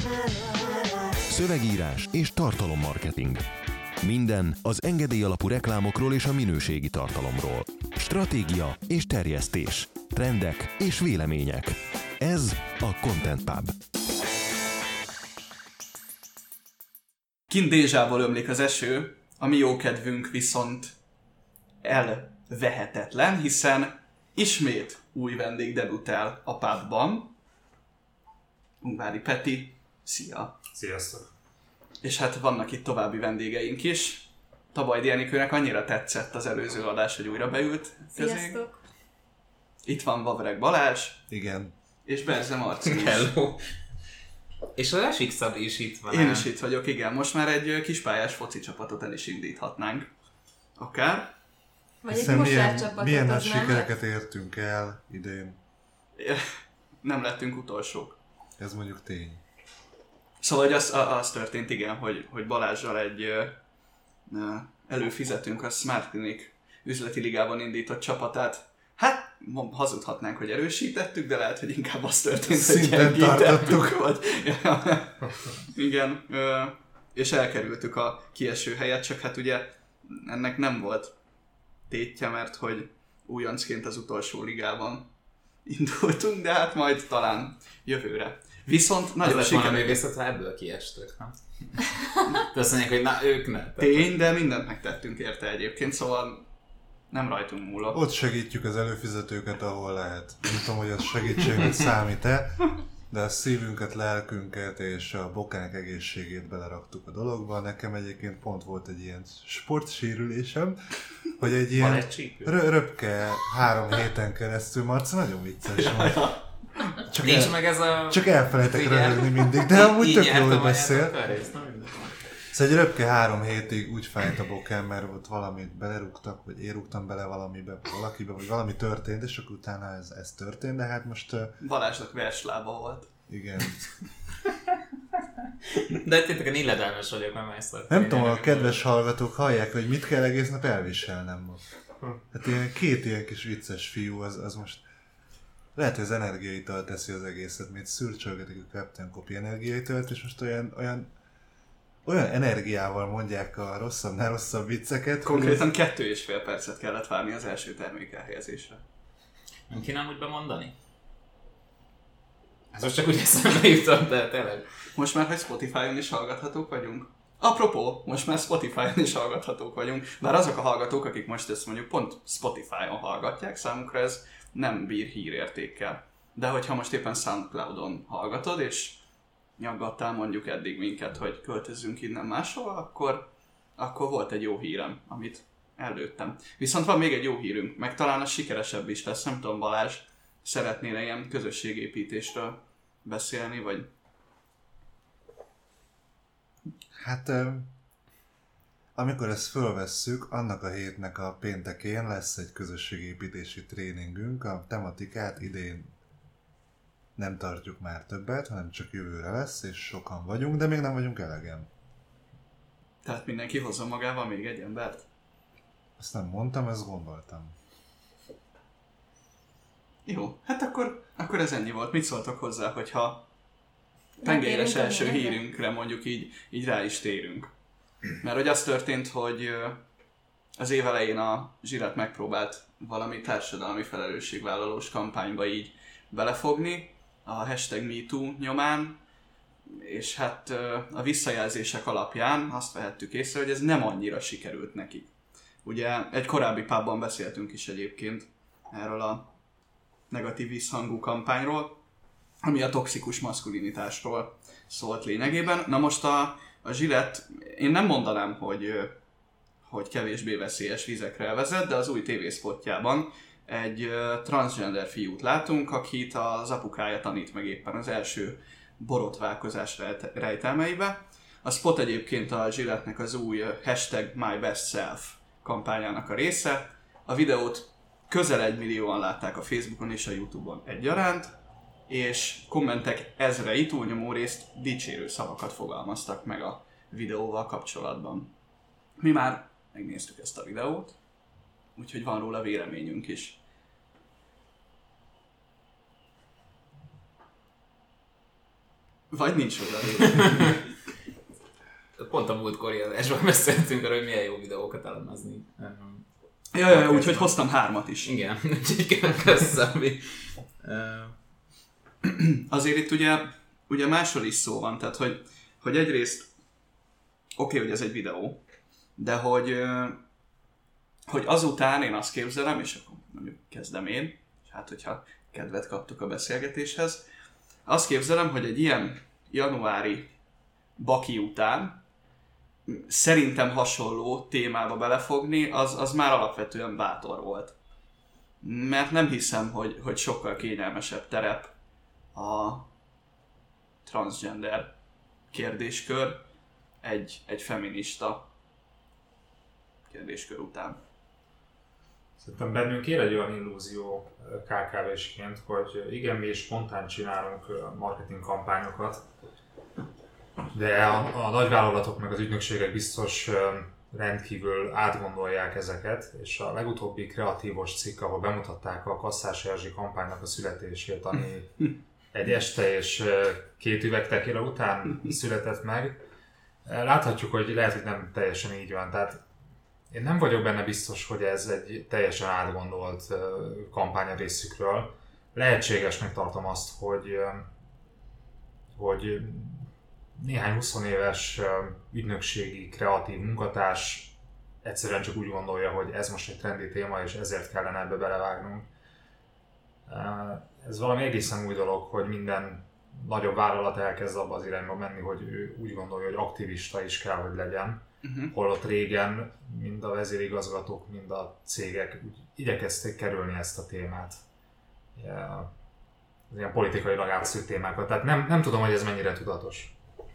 Szövegírás és tartalommarketing. Minden az engedély alapú reklámokról és a minőségi tartalomról. Stratégia és terjesztés. Trendek és vélemények. Ez a Content Pub. Kint Dézsából ömlik az eső, a mi jó kedvünk viszont elvehetetlen, hiszen ismét új vendég debütál a pubban. Ungvári Peti, szia! Sziasztok! És hát vannak itt további vendégeink is. Tabajdi Enikőnek annyira tetszett az előző adás, hogy újra beült közénk. Sziasztok! Itt van Vavreg Balázs. Igen. És Berze Marci is. Hello! És az SX is itt van. Én is itt vagyok, igen. Most már egy kispályás foci csapatot el is indíthatnánk. Akár. Vagy egy mosárcsapatot. Milyen nagy sikereket értünk el idén. Nem lettünk utolsók. Ez mondjuk tény. Szóval, hogy az történt, igen, hogy Balázsral egy előfizetünk a Smart Clinic üzleti ligában indított csapatát. Hát, hazudhatnánk, hogy erősítettük, de lehet, hogy inkább az történt, hogy gyengítettük. Vagy, igen, és elkerültük a kieső helyet, csak hát ugye ennek nem volt tétje, mert hogy újoncként az utolsó ligában indultunk, de hát majd talán jövőre. Viszont nagyon sikerült. Viszont ha ebből kiestök, nem? De azt mondják, hogy na, ők ne. Tény, de mindent megtettünk érte egyébként, szóval nem rajtunk múlott. Ott segítjük az előfizetőket, ahol lehet. Nem tudom, hogy az segítségnek számít-e, de a szívünket, lelkünket és a bokánk egészségét beleraktuk a dologba. Nekem egyébként pont volt egy ilyen sportsérülésem, hogy egy ilyen röpke 3 héten keresztül, Marci, nagyon vicces volt. Csak elfelejtek röhögni mindig, de amúgy tök jól beszél. Szóval egy röpke 3 hétig úgy fájt a bokám, mert ott valamit belerúgtak, vagy én rúgtam bele valakibe, vagy valami történt, és akkor utána ez történt, de hát most... Balázsnak verslába volt. Igen. De tényleg illedelmes vagyok, nem tudom, a kedves hallgatók hallják, hogy mit kell egész nap elviselnem most. Hát ilyen 2 ilyen kis vicces fiú, az most... Lehet, hogy az energiaital teszi az egészet, mint szürcsölgetik a Captain Copy energiaitalt, és most olyan energiával mondják a rosszabbnál rosszabb vicceket. Konkrétan 2,5 percet kellett várni az első termék elhelyezésre. Nem kéne amúgy bemondani? Ez most csak úgy eszembe jutott, de tényleg. Most már, hogy Spotify-on is hallgathatók vagyunk? Apropó, most már Spotify-on is hallgathatók vagyunk. Bár azok a hallgatók, akik most ezt mondjuk pont Spotify-on hallgatják, számukra ez nem bír hírértékkel. De hogyha most éppen SoundCloud-on hallgatod, és nyaggattál mondjuk eddig minket, hogy költözzünk innen máshova, akkor volt egy jó hírem, amit előttem. Viszont van még egy jó hírünk, meg talán a sikeresebb is lesz. Nem tudom, Balázs, szeretnél ilyen közösségépítésről beszélni, vagy... Hát, amikor ezt fölvesszük, annak a hétnek a péntekén lesz egy közösségépítési tréningünk. A tematikát idén nem tartjuk már többet, hanem csak jövőre lesz, és sokan vagyunk, de még nem vagyunk elegen. Tehát mindenki hozza magával még egy embert? Ezt nem mondtam, ezt gondoltam. Jó, hát akkor ez ennyi volt. Mit szóltok hozzá, hogyha tengelyes első hírünkre mondjuk így rá is térünk? Mert hogy az történt, hogy az év elején a Zsirat megpróbált valami társadalmi felelősségvállalós kampányba így belefogni, a hashtag MeToo nyomán, és hát a visszajelzések alapján azt vehettük észre, hogy ez nem annyira sikerült nekik. Ugye egy korábbi pubban beszéltünk is egyébként erről a negatív visszhangú kampányról, ami a toxikus maszkulinitásról szólt lényegében. Na most a Gillette, én nem mondanám, hogy kevésbé veszélyes vizekre vezet, de az új tévészpotjában egy transgender fiút látunk, akit az apukája tanít meg éppen az első borotválkozás rejtelmeibe. A spot egyébként a Gillette-nek az új hashtag MyBestSelf kampányának a része. A videót közel 1 millióan látták a Facebookon és a YouTube-on egyaránt, és kommentek ezrei túlnyomó részt dicsérő szavakat fogalmaztak meg a videóval kapcsolatban. Mi már megnéztük ezt a videót, úgyhogy van róla véleményünk is. Vagy nincs oda. Pont a múltkori adásban beszéltünk arra, hogy milyen jó videókat elemezni. Ja, úgyhogy hoztam 3 is. Igen, úgyhogy köszönöm. Azért itt ugye másról is szó van, tehát hogy egyrészt oké, hogy ez egy videó, de hogy azután én azt képzelem, és akkor mondjuk kezdem én, és hát hogyha kedvet kaptuk a beszélgetéshez, azt képzelem, hogy egy ilyen januári baki után szerintem hasonló témába belefogni, az már alapvetően bátor volt. Mert nem hiszem, hogy sokkal kényelmesebb terep a transgender kérdéskör egy feminista kérdéskör után. Szerintem bennünk ér egy olyan illúzió KKV-sként, hogy igen, mi is spontán csinálunk marketing kampányokat, de a nagyvállalatok meg az ügynökségek biztos rendkívül átgondolják ezeket, és a legutóbbi kreatívos cikk, ahol bemutatták a Kasszás Erzsi kampánynak a születését, ami egy este és 2 üveg tequila után született meg. Láthatjuk, hogy lehet, hogy nem teljesen így van. Tehát én nem vagyok benne biztos, hogy ez egy teljesen átgondolt kampány a részükről. Lehetségesnek tartom azt, hogy néhány 20 éves ügynökségi, kreatív munkatárs egyszerűen csak úgy gondolja, hogy ez most egy trendi téma, és ezért kellene ebbe belevágnunk. Ez valami egészen új dolog, hogy minden nagyobb vállalat elkezd abba az irányba menni, hogy ő úgy gondolja, hogy aktivista is kell, hogy legyen. Holott régen mind a vezérigazgatók, mind a cégek úgy igyekezték kerülni ezt a témát. Az ilyen politikailag átszűrt témákat. Tehát nem tudom, hogy ez mennyire tudatos.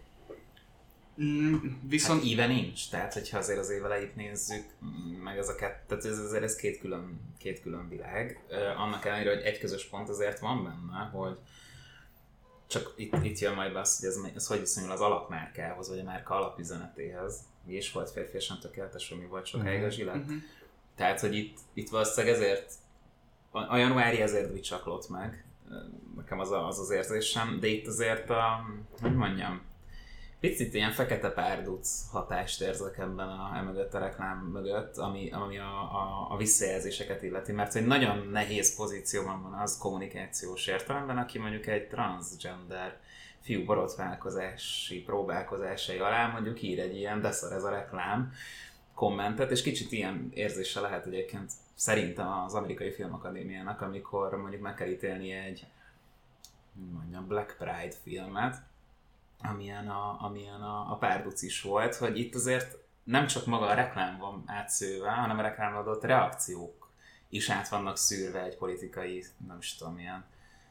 Viszont hát íve nincs, tehát hogyha azért az év elejét nézzük, meg ez a tehát ez két külön világ. Annak ellenére, hogy egy közös pont azért van benne, hogy csak itt jön majd be az, hogy ez hogy viszonyul az alapmárkához, vagy a márka alapüzenetéhez. Mi is volt férfiasan tökéletes, ami volt sokáig a Zsillet. Tehát, hogy itt valószínűleg ezért, a januári ezért vicsaklott meg, nekem az érzésem, de itt azért hogy mondjam, picit ilyen fekete párduc hatást érzek ebben emögött a reklám mögött, ami a visszajelzéseket illeti, mert egy nagyon nehéz pozícióban van az kommunikációs értelemben, aki mondjuk egy transgender fiú borotválkozási próbálkozásai alá mondjuk ír egy ilyen de szar ez a reklám kommentet, és kicsit ilyen érzése lehet egyébként szerintem az Amerikai Filmakadémiának, amikor mondjuk meg kell ítélni egy Black Pride filmet, amilyen a párduc is volt, hogy itt azért nem csak maga a reklám van átszőve, hanem a reklámra adott reakciók is át vannak szűrve egy politikai, nem is tudom milyen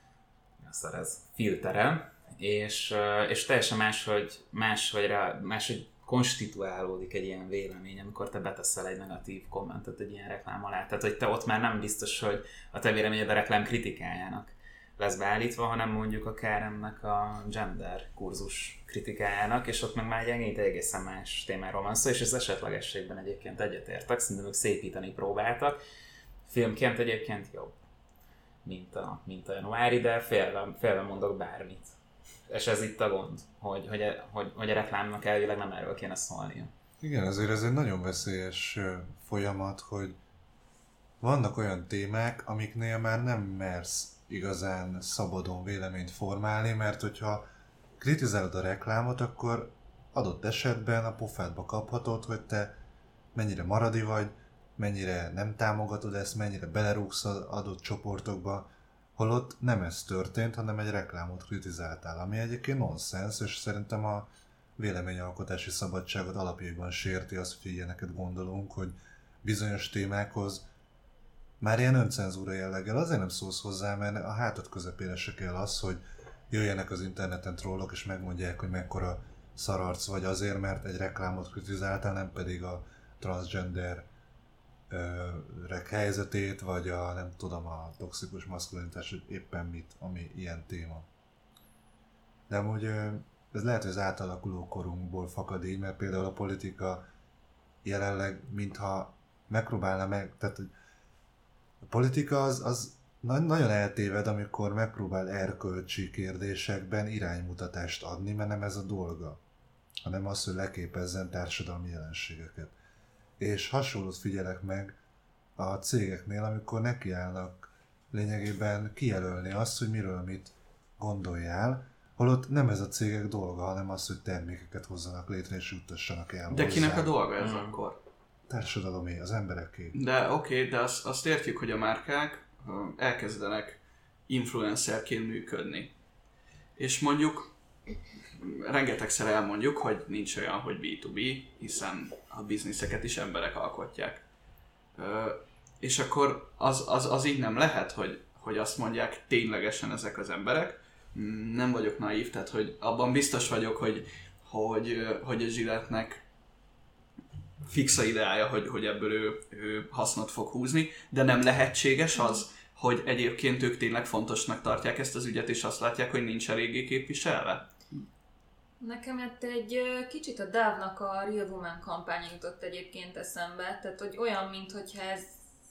filterrel, és teljesen máshogy konstituálódik egy ilyen vélemény, amikor te beteszel egy negatív kommentet egy ilyen reklám alá. Tehát, hogy te ott már nem biztos, hogy a te véleményed a reklám kritikájának lesz beállítva, hanem mondjuk akár ennek a gender kurzus kritikájának, és ott meg már egy egészen más témáról van szó, és az esetlegességben egyébként egyetértek, szerintem ők szépíteni próbáltak. Filmként egyébként jobb, mint a januári, de félve mondok bármit. És ez itt a gond, hogy a reklámnak elvileg nem erről kéne szólnia. Igen, azért ez egy nagyon veszélyes folyamat, hogy vannak olyan témák, amiknél már nem mersz igazán szabadon véleményt formálni, mert hogyha kritizálod a reklámot, akkor adott esetben a pofádba kaphatod, hogy te mennyire maradi vagy, mennyire nem támogatod ezt, mennyire belerúgsz az adott csoportokba, holott nem ez történt, hanem egy reklámot kritizáltál, ami egyébként nonsens, és szerintem a véleményalkotási szabadságot alapjaiban sérti az, hogy ilyeneket gondolunk, hogy bizonyos témákhoz már ilyen öncenzúra jelleggel azért nem szólsz hozzá, mert a hátad közepére se kell az, hogy jöjjenek az interneten trollok és megmondják, hogy mekkora szararc vagy azért, mert egy reklámot kritizáltál, nem pedig a transgender helyzetét, vagy nem tudom, a toxikus maszkulinitás, hogy éppen mit, ami ilyen téma. De amúgy ez lehet, hogy az átalakuló korunkból fakad így, mert például a politika jelenleg mintha megpróbálna tehát a politika az nagyon eltéved, amikor megpróbál erkölcsi kérdésekben iránymutatást adni, mert nem ez a dolga, hanem az, hogy leképezzen társadalmi jelenségeket. És hasonlót figyelek meg a cégeknél, amikor nekiállnak lényegében kijelölni azt, hogy miről mit gondoljál, holott nem ez a cégek dolga, hanem az, hogy termékeket hozzanak létre és juttassanak el. De kinek a dolga ez akkor? Társadalomé, az embereké. De oké, de azt értjük, hogy a márkák elkezdenek influencerként működni. És mondjuk rengetegszer elmondjuk, hogy nincs olyan, hogy B2B, hiszen a bizniszeket is emberek alkotják. És akkor az így nem lehet, hogy azt mondják ténylegesen ezek az emberek. Nem vagyok naív, tehát hogy abban biztos vagyok, hogy a Gillette-nek fix a ideája, hogy ebből ő hasznot fog húzni, de nem lehetséges az, hogy egyébként ők tényleg fontosnak tartják ezt az ügyet, és azt látják, hogy nincs eléggé képviselve? Nekem egy kicsit a Dove-nak a Real Woman kampánya jutott egyébként eszembe, tehát hogy olyan, minthogyha ez...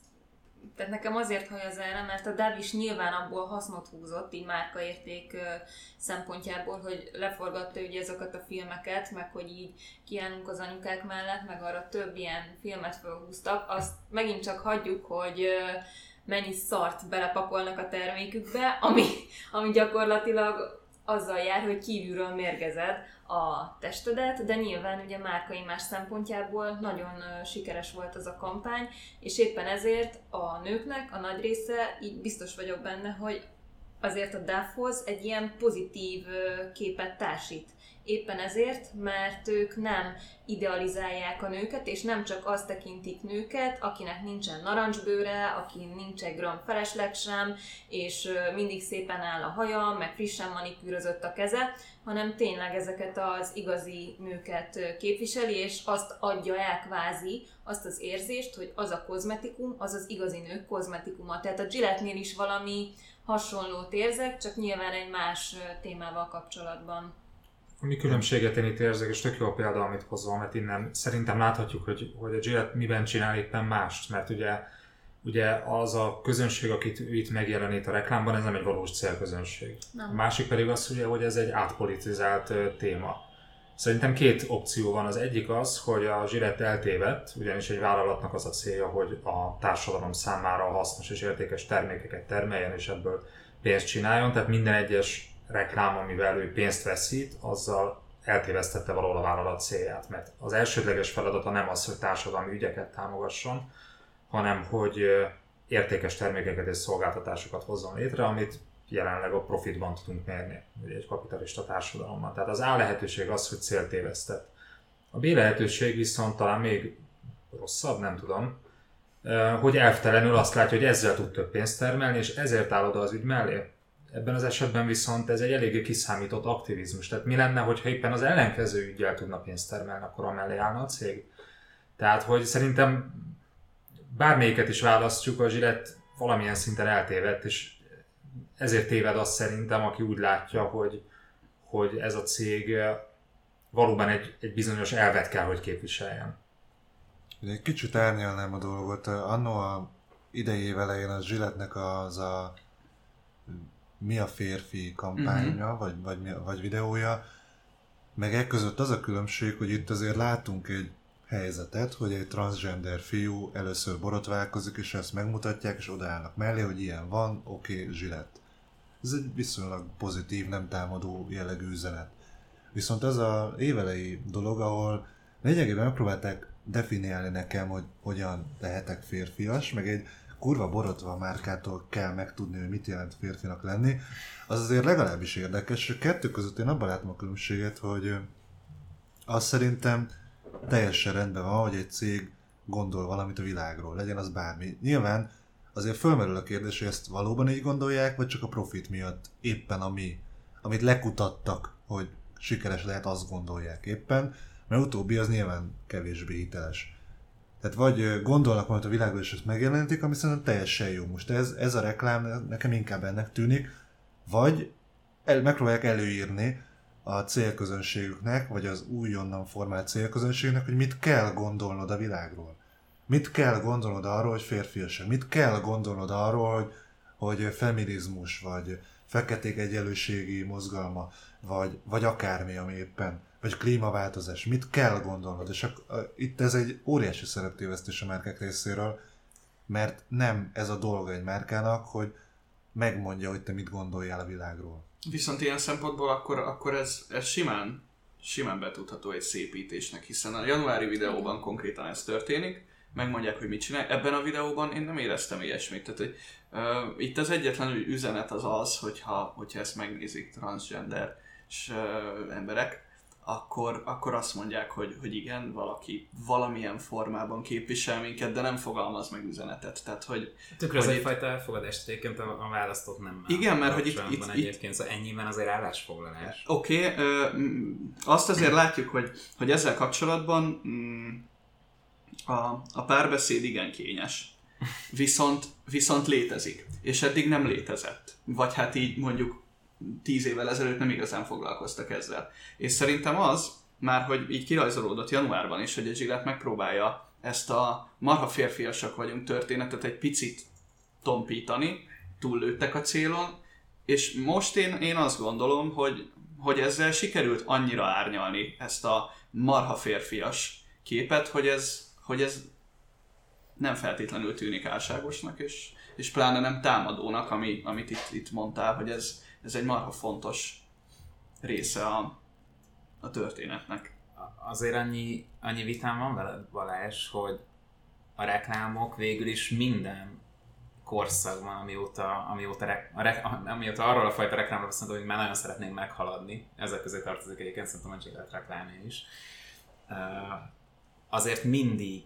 Tehát nekem azért haj az erre, mert a Dove is nyilván abból hasznot húzott, így márkaérték szempontjából, hogy leforgatta ugye ezeket a filmeket, meg hogy így kiállunk az anyukák mellett, meg arra több ilyen filmet felhúztak. Azt megint csak hagyjuk, hogy mennyi szart belepakolnak a termékükbe, ami gyakorlatilag azzal jár, hogy kívülről mérgezed a testedet, de nyilván ugye márkaimás szempontjából nagyon sikeres volt az a kampány, és éppen ezért a nőknek a nagy része, így biztos vagyok benne, hogy azért a Dove-hoz egy ilyen pozitív képet társít. Éppen ezért, mert ők nem idealizálják a nőket, és nem csak azt tekintik nőket, akinek nincsen narancsbőre, aki nincs egy gram felesleg sem, és mindig szépen áll a haja, meg frissen manikűrözött a keze, hanem tényleg ezeket az igazi nőket képviseli, és azt adja el kvázi, azt az érzést, hogy az a kozmetikum, az az igazi nők kozmetikuma. Tehát a Gillette-nél is valami hasonlót érzek, csak nyilván egy más témával kapcsolatban. Mi különbséget én itt érzek, és tök jó a példa, amit hozol, mert innen szerintem láthatjuk, hogy a Gillette miben csinál éppen mást, mert ugye az a közönség, akit itt megjelenít a reklámban, ez nem egy valós célközönség. Nem. A másik pedig az, ugye, hogy ez egy átpolitizált téma. Szerintem két opció van. Az egyik az, hogy a Gillette eltévedt, ugyanis egy vállalatnak az a célja, hogy a társadalom számára hasznos és értékes termékeket termeljen, és ebből pénzt csináljon, tehát minden egyes reklám, amivel ő pénzt veszít, azzal eltévesztette valahol a vállalat célját, mert az elsődleges feladata nem az, hogy társadalmi ügyeket támogasson, hanem hogy értékes termékeket és szolgáltatásokat hozzon létre, amit jelenleg a profitban tudunk mérni, ugye egy kapitalista társadalomban. Tehát az A lehetőség az, hogy célt tévesztett. A B lehetőség viszont talán még rosszabb, nem tudom, hogy elvtelenül azt látja, hogy ezzel tud több pénzt termelni, és ezért áll oda az ügy mellé. Ebben az esetben viszont ez egy eléggé kiszámított aktivizmus. Tehát mi lenne, hogyha éppen az ellenkező üggyel tudna pénzt termelni, akkor amellé állna a cég? Tehát, hogy szerintem bármelyiket is választjuk, a Gillette valamilyen szinten eltévedt, és ezért téved az szerintem, aki úgy látja, hogy ez a cég valóban egy bizonyos elvet kell, hogy képviseljen. Egy kicsit árnyalnám a dolgot. Anno a idei év elején a Gillette-nek az a Mi a férfi kampánya, vagy videója, meg ekközött az a különbség, hogy itt azért látunk egy helyzetet, hogy egy transgender fiú először borotválkozik, és ezt megmutatják, és odaállnak mellé, hogy ilyen van, oké, Gillette. Ez egy viszonylag pozitív, nem támadó jellegű üzenet. Viszont az a évelei dolog, ahol lényegében megpróbálták definiálni nekem, hogy hogyan lehetek férfias, meg egy kurva borotva márkától kell megtudni, hogy mit jelent férfinak lenni, az azért legalábbis érdekes. Kettő között én abban látom a különbséget, hogy azt szerintem teljesen rendben van, hogy egy cég gondol valamit a világról, legyen az bármi. Nyilván azért fölmerül a kérdés, hogy ezt valóban így gondolják, vagy csak a profit miatt éppen amit lekutattak, hogy sikeres lehet, azt gondolják éppen, mert utóbbi az nyilván kevésbé hiteles. Tehát vagy gondolnak majd a világról, és ezt megjelenítik, ami szerintem teljesen jó. Most ez a reklám nekem inkább ennek tűnik, vagy megpróbálják előírni a célközönségüknek, vagy az újonnan formált célközönségnek, hogy mit kell gondolnod a világról. Mit kell gondolnod arról, hogy férfias, mit kell gondolnod arról, hogy hogy feminizmus, vagy feketék egyenlőségi mozgalma, vagy akármi, ami éppen, vagy klímaváltozás, mit kell gondolnod, és itt ez egy óriási szereptévesztés a márkák részéről, mert nem ez a dolga egy márkának, hogy megmondja, hogy te mit gondoljál a világról. Viszont ilyen szempontból akkor ez simán betudható egy szépítésnek, hiszen a januári videóban konkrétan ez történik, megmondják, hogy mit csinál. Ebben a videóban én nem éreztem ilyesmit. Tehát, hogy, itt az egyetlen üzenet az, hogyha ezt megnézik transgender emberek, akkor azt mondják, hogy igen, valaki valamilyen formában képvisel minket, de nem fogalmaz meg üzenetet. Tehát, hogy tükröz egyfajta elfogadást, egyébként a választók nem. Igen, mert hogy itt egyébként, szóval ennyiben azért állásfoglalás. Oké, azt azért látjuk, hogy ezzel kapcsolatban a párbeszéd igen kényes. Viszont létezik. És eddig nem létezett. Vagy hát így mondjuk 10 évvel ezelőtt nem igazán foglalkoztak ezzel. És szerintem az, már hogy így kirajzolódott januárban is, hogy a Gillette megpróbálja ezt a marha férfiasak vagyunk történetet egy picit tompítani, túllőttek a célon, és most én azt gondolom, hogy ezzel sikerült annyira árnyalni ezt a marha férfias képet, hogy ez nem feltétlenül tűnik álságosnak, és pláne nem támadónak, amit itt mondtál, hogy ez egy marha fontos része a történetnek. Azért annyi vitám van veled, Balázs, hogy a reklámok végül is minden korszakban, amióta arról a fajta reklámról beszélünk, hogy már nagyon szeretnénk meghaladni, ezek közé tartozik egyébként szerintem a Gillette reklámja is, azért mindig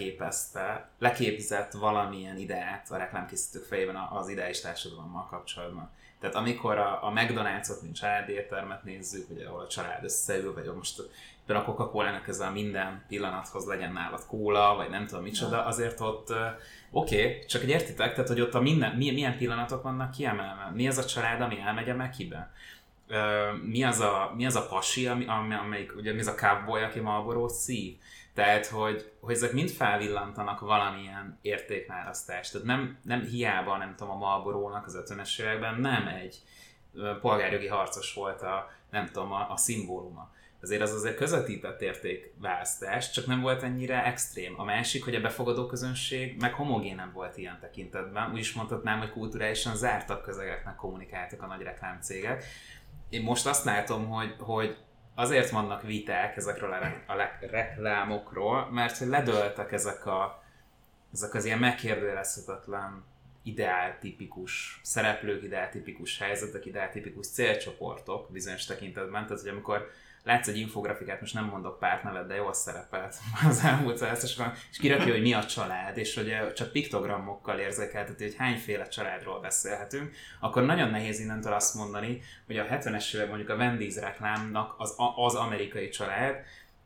leképzett valamilyen ideát a reklámkészítők fejében az ideális társadalommal kapcsolatban. Tehát amikor a McDonald's-ot, mint családi éttermet nézzük, ugye, ahol a család összeül, vagy most például a Coca-Cola-nak ez a minden pillanathoz legyen nálad kóla, vagy nem tudom micsoda, azért ott oké, csak értitek, tehát hogy ott milyen pillanatok vannak kiemelve. Mi az a család, ami elmegy a Mekibe? Mi az a pasi, amelyik, ugye mi az a cowboy, aki Marlboro-t szív? Tehát, hogy ezek mind felvillantanak valamilyen értékválasztást. Tehát nem hiába, nem tudom, a Marlboro-nak az 50-es években nem egy polgárjogi harcos volt a szimbóluma. Azért közvetített értékválasztás, csak nem volt ennyire extrém. A másik, hogy a befogadó közönség meg homogén nem volt ilyen tekintetben. Úgy is mondhatnám, hogy kulturálisan zártabb közegeknek kommunikáltak a nagy reklámcégek. Én most azt látom, hogy azért vannak viták ezekről a reklámokról, mert ledőltek ezek az ilyen megkérdőjelezhetetlen ideáltipikus szereplők, ideáltipikus helyzetek, ideáltipikus célcsoportok bizonyos tekintetben. Tehát, hogy amikor látsz egy infografikát, most nem mondok pártnevet, de jól szerepelt az elmúlt választásokon, és kirakja, hogy mi a család, és hogy csak piktogramokkal érzékelteti, hogy hányféle családról beszélhetünk, akkor nagyon nehéz innentől azt mondani, hogy a 70-es évek mondjuk a Wendy's reklámnak az amerikai család,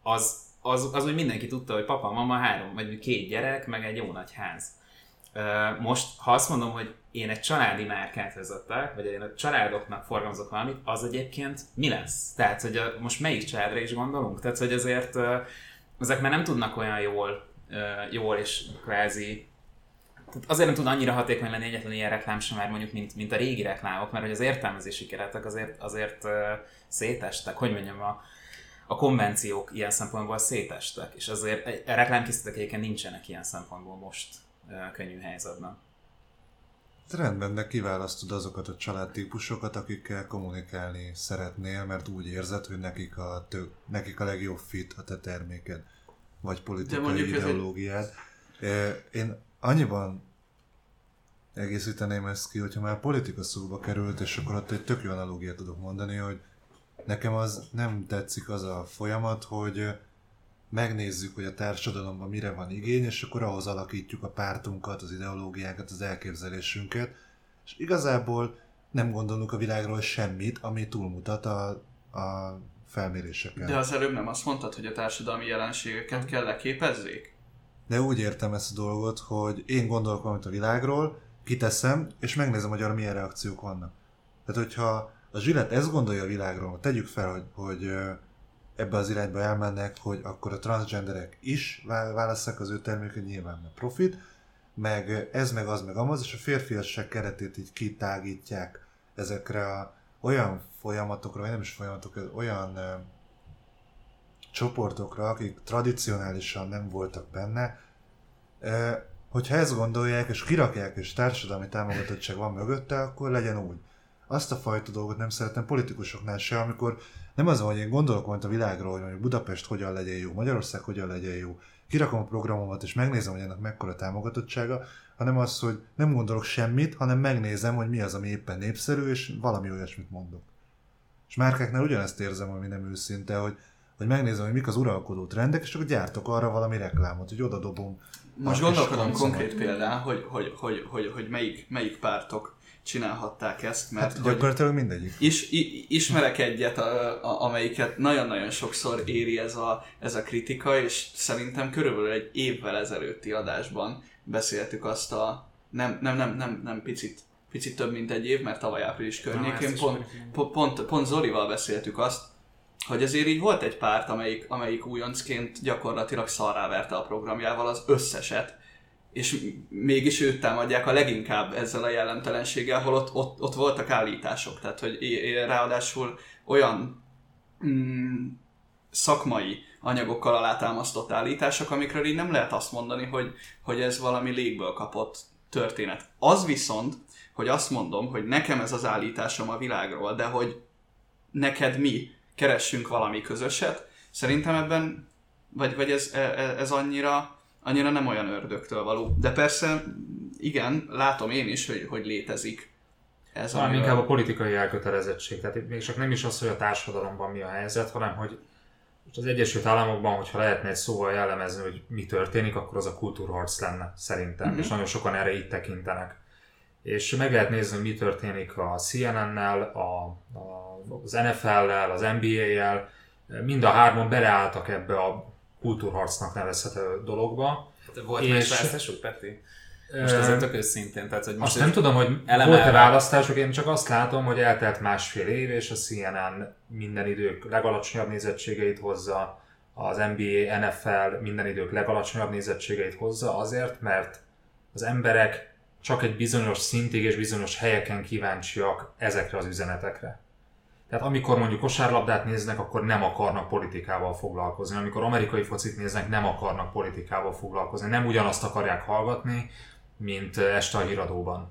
az úgy mindenki tudta, hogy papa, mama, 3 vagy 2 gyerek, meg egy jó nagy ház. Most, ha azt mondom, hogy én egy családi márkát vezetek, vagy én a családoknak forgalmazok valamit, az egyébként mi lesz? Tehát, hogy most melyik családra is gondolunk? Tehát, hogy azért ezek már nem tudnak olyan jól és kvázi... Tehát azért nem tud annyira hatékony lenni egyetlen ilyen reklám sem már mondjuk, mint a régi reklámok, mert hogy az értelmezési keretek azért szétestek. Hogy mondjam, a konvenciók ilyen szempontból szétestek, és azért a reklámkészítők egyébként nincsenek ilyen szempontból most könnyű helyzetben. Rendben, de kiválasztod azokat a családtípusokat, akikkel kommunikálni szeretnél, mert úgy érzed, hogy nekik a legjobb fit a te terméked, vagy politikai ideológiád. Én annyiban egészíteném ezt ki, hogyha már politika szóba került, és akkor ott egy tök jó analógiát tudok mondani, hogy nekem az nem tetszik az a folyamat, hogy megnézzük, hogy a társadalomban mire van igény, és akkor ahhoz alakítjuk a pártunkat, az ideológiánkat, az elképzelésünket, és igazából nem gondolunk a világról semmit, ami túlmutat a felméréseken. De az előbb nem azt mondtad, hogy a társadalmi jelenségeket kell leképezzék? De úgy értem ezt a dolgot, hogy én gondolok valamit a világról, kiteszem, és megnézem, hogy arra milyen reakciók vannak. Tehát, hogyha a Gillette ezt gondolja a világról, tegyük fel, hogy ebbe az irányba elmennek, hogy akkor a transgenderek is válasszák az ő terméket, nyilván a profit, meg ez, meg az, meg amaz, és a férfiasság keretét így kitágítják ezekre olyan folyamatokra, vagy nem is folyamatokra, olyan csoportokra, akik tradicionálisan nem voltak benne, hogyha ezt gondolják, és kirakják, és társadalmi támogatottság van mögötte, akkor legyen úgy. Azt a fajta dolgot nem szeretem politikusoknál se, amikor nem az van, hogy én gondolok majd a világról, hogy mondjuk Budapest hogyan legyen jó, Magyarország hogyan legyen jó, kirakom a programomat, és megnézem, hogy ennek mekkora támogatottsága, hanem az, hogy nem gondolok semmit, hanem megnézem, hogy mi az, ami éppen népszerű, és valami olyasmit mondok. És márkáknál ugyanezt érzem, ami nem őszinte, hogy megnézem, hogy mik az uralkodó trendek, és akkor gyártok arra valami reklámot, hogy oda dobom. Most gondolkodom konkrét példán, hogy melyik pártok csinálhatták ezt, mert hát gyakorlatilag mindegyik. Ismerek egyet, amelyiket nagyon-nagyon sokszor éri ez a kritika, és szerintem körülbelül egy évvel ezelőtti adásban beszéltük azt nem picit több mint egy év, mert tavaly április környékén pont Zolival beszéltük azt, hogy azért így volt egy párt, amelyik újoncként gyakorlatilag szarrá verte a programjával az összeset, és mégis őt támadják a leginkább ezzel a jellemtelenséggel, holott ott voltak állítások, tehát hogy ráadásul olyan szakmai anyagokkal alátámasztott állítások, amikről így nem lehet azt mondani, hogy ez valami légből kapott történet. Az viszont, hogy azt mondom, hogy nekem ez az állításom a világról, de hogy neked mi keressünk valami közöset, szerintem ebben, vagy ez annyira nem olyan ördögtől való. De persze, igen, látom én is, hogy létezik ez. Inkább a politikai elkötelezettség. Tehát még csak nem is az, hogy a társadalomban mi a helyzet, hanem hogy az Egyesült Államokban, hogyha lehetne egy szóval jellemezni, hogy mi történik, akkor az a kultúrharc lenne, szerintem. És nagyon sokan erre így tekintenek. És meg lehet nézni, hogy mi történik a CNN-nel, az NFL-lel, az NBA-jel. Mind a hárman beleálltak ebbe a kultúrharcnak nevezhető dologba. Volt más választásuk, Peti? Most azért tök őszintén. Tehát, hogy most nem tudom, hogy volt-e választások, én csak azt látom, hogy eltelt másfél év, és a CNN minden idők legalacsonyabb nézettségeit hozza, az NBA, NFL minden idők legalacsonyabb nézettségeit hozza azért, mert az emberek csak egy bizonyos szintig és bizonyos helyeken kíváncsiak ezekre az üzenetekre. Tehát amikor mondjuk kosárlabdát néznek, akkor nem akarnak politikával foglalkozni. Amikor amerikai focit néznek, nem akarnak politikával foglalkozni. Nem ugyanazt akarják hallgatni, mint este a híradóban.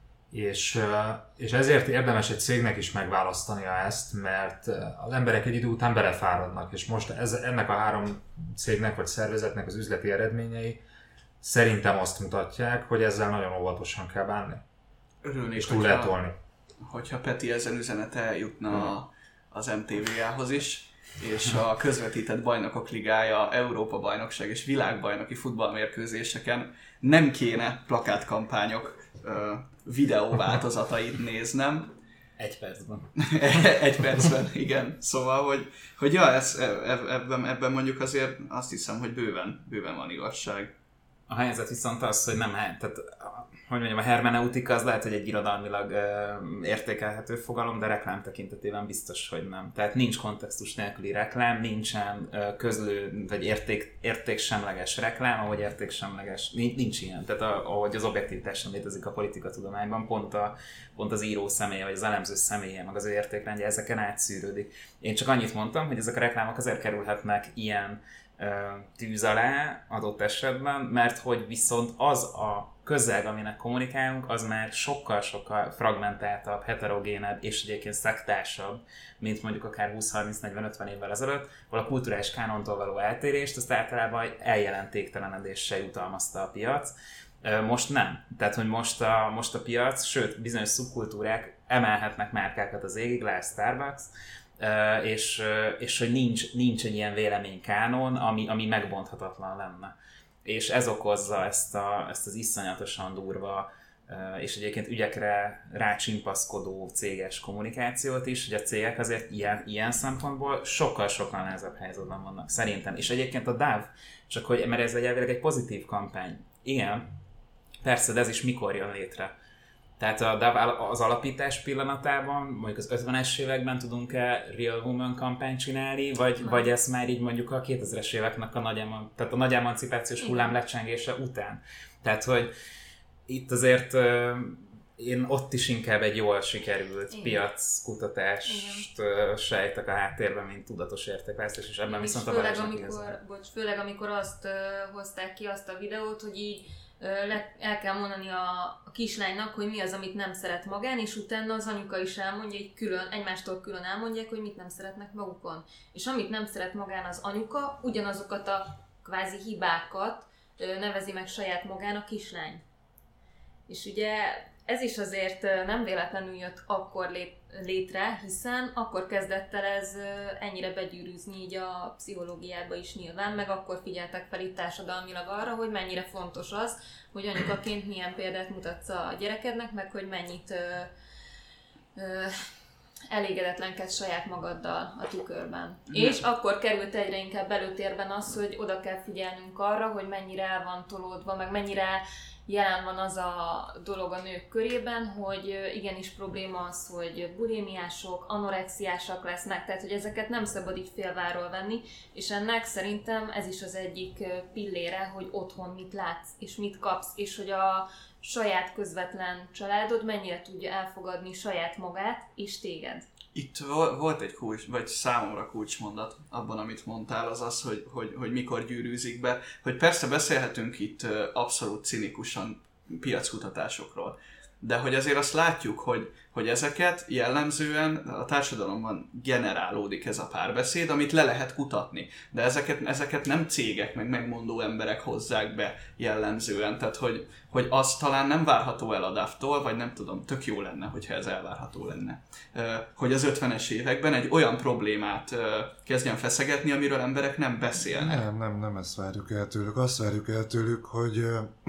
És ezért érdemes egy cégnek is megválasztania ezt, mert az emberek egy idő után belefáradnak. És most ennek a három cégnek vagy szervezetnek az üzleti eredményei szerintem azt mutatják, hogy ezzel nagyon óvatosan kell bánni. Örülnék, és túl lehet tolni. Hogyha Peti ezen üzenete eljutna az MTV-hoz is, és a közvetített bajnokok ligája, Európa-bajnokság és világbajnoki futballmérkőzéseken nem kéne plakátkampányok videóváltozatait néznem. Egy percben. Egy percben, igen. Szóval, hogy ja, ebben mondjuk azért azt hiszem, hogy bőven van igazság. A helyzet viszont az, hogy nem, tehát hogy mondjam, a hermeneutika az lehet, hogy egy irodalmilag értékelhető fogalom, de reklám tekintetében biztos, hogy nem. Tehát nincs kontextus nélküli reklám, nincsen közlő vagy értéksemleges reklám, ahogy értéksemleges, nincs ilyen. Tehát ahogy az objektivitás sem létezik a politikatudományban, pont az író személye, vagy az elemző személye, meg az ő értékrendje ezeken átszűrődik. Én csak annyit mondtam, hogy ezek a reklámok azért kerülhetnek ilyen tűz alá adott esetben, mert hogy viszont az a közeg, aminek kommunikálunk, az már sokkal-sokkal fragmentáltabb, heterogénebb és egyébként szektásabb, mint mondjuk akár 20-30-40-50 évvel ezelőtt, ahol a kulturális kánontól való eltérést azt általában eljelentéktelenedéssel jutalmazta a piac. Most nem. Tehát, hogy most a piac, sőt, bizonyos szubkultúrák emelhetnek márkákat az égig, lásd Starbucks, és hogy nincs egy ilyen véleménykánon, ami megbonthatatlan lenne. És ez okozza ezt az iszonyatosan durva és egyébként ügyekre rácsimpaszkodó céges kommunikációt is, hogy a cégek azért ilyen szempontból sokkal-sokkal nehezebb helyzetben vannak, szerintem. És egyébként a DAV, csak hogy, mert ez elvileg egy pozitív kampány. Igen, persze, de ez is mikor jön létre? Tehát az alapítás pillanatában, mondjuk az 50-es években tudunk-e Real Woman kampányt csinálni, vagy ez már így mondjuk a 2000-es éveknek tehát a nagy emancipációs hullám lecsengése után. Tehát, hogy itt azért én ott is inkább egy jól sikerült piackutatást sejtek a háttérben, mint tudatos értékválasztás, és ebben viszont a főleg amikor azt hozták ki azt a videót, hogy így el kell mondani a kislánynak, hogy mi az, amit nem szeret magán, és utána az anyuka is elmondja, hogy egymástól külön elmondják, hogy mit nem szeretnek magukon. És amit nem szeret magán az anyuka, ugyanazokat a kvázi hibákat nevezi meg saját magán a kislány. És ugye ez is azért nem véletlenül jött akkor létre, hiszen akkor kezdett el ez ennyire begyűrűzni így a pszichológiába is nyilván, meg akkor figyeltek fel itt társadalmilag arra, hogy mennyire fontos az, hogy anyukaként milyen példát mutatsz a gyerekednek, meg hogy mennyit elégedetlenkedsz saját magaddal a tükörben. És akkor került egyre inkább előtérben az, hogy oda kell figyelnünk arra, hogy mennyire el van tolódva, meg mennyire jelen van az a dolog a nők körében, hogy igenis probléma az, hogy bulimiások, anorexiásak lesznek, tehát hogy ezeket nem szabad így félváról venni, és ennek szerintem ez is az egyik pillére, hogy otthon mit látsz, és mit kapsz, és hogy a saját közvetlen családod mennyire tudja elfogadni saját magát és téged. Itt volt egy kulcs, vagy számomra kulcsmondat abban, amit mondtál, az az, hogy mikor gyűrűzik be. Hogy persze beszélhetünk itt abszolút cinikusan piackutatásokról, de hogy azért azt látjuk, hogy ezeket jellemzően a társadalomban generálódik ez a párbeszéd, amit le lehet kutatni. De ezeket nem cégek, meg megmondó emberek hozzák be jellemzően. Tehát, hogy az talán nem várható el a DAF-tól, vagy nem tudom, tök jó lenne, hogyha ez elvárható lenne. Hogy az 50-es években egy olyan problémát kezdjen feszegetni, amiről emberek nem beszélnek. Nem ezt várjuk el tőlük. Azt várjuk el tőlük, hogy...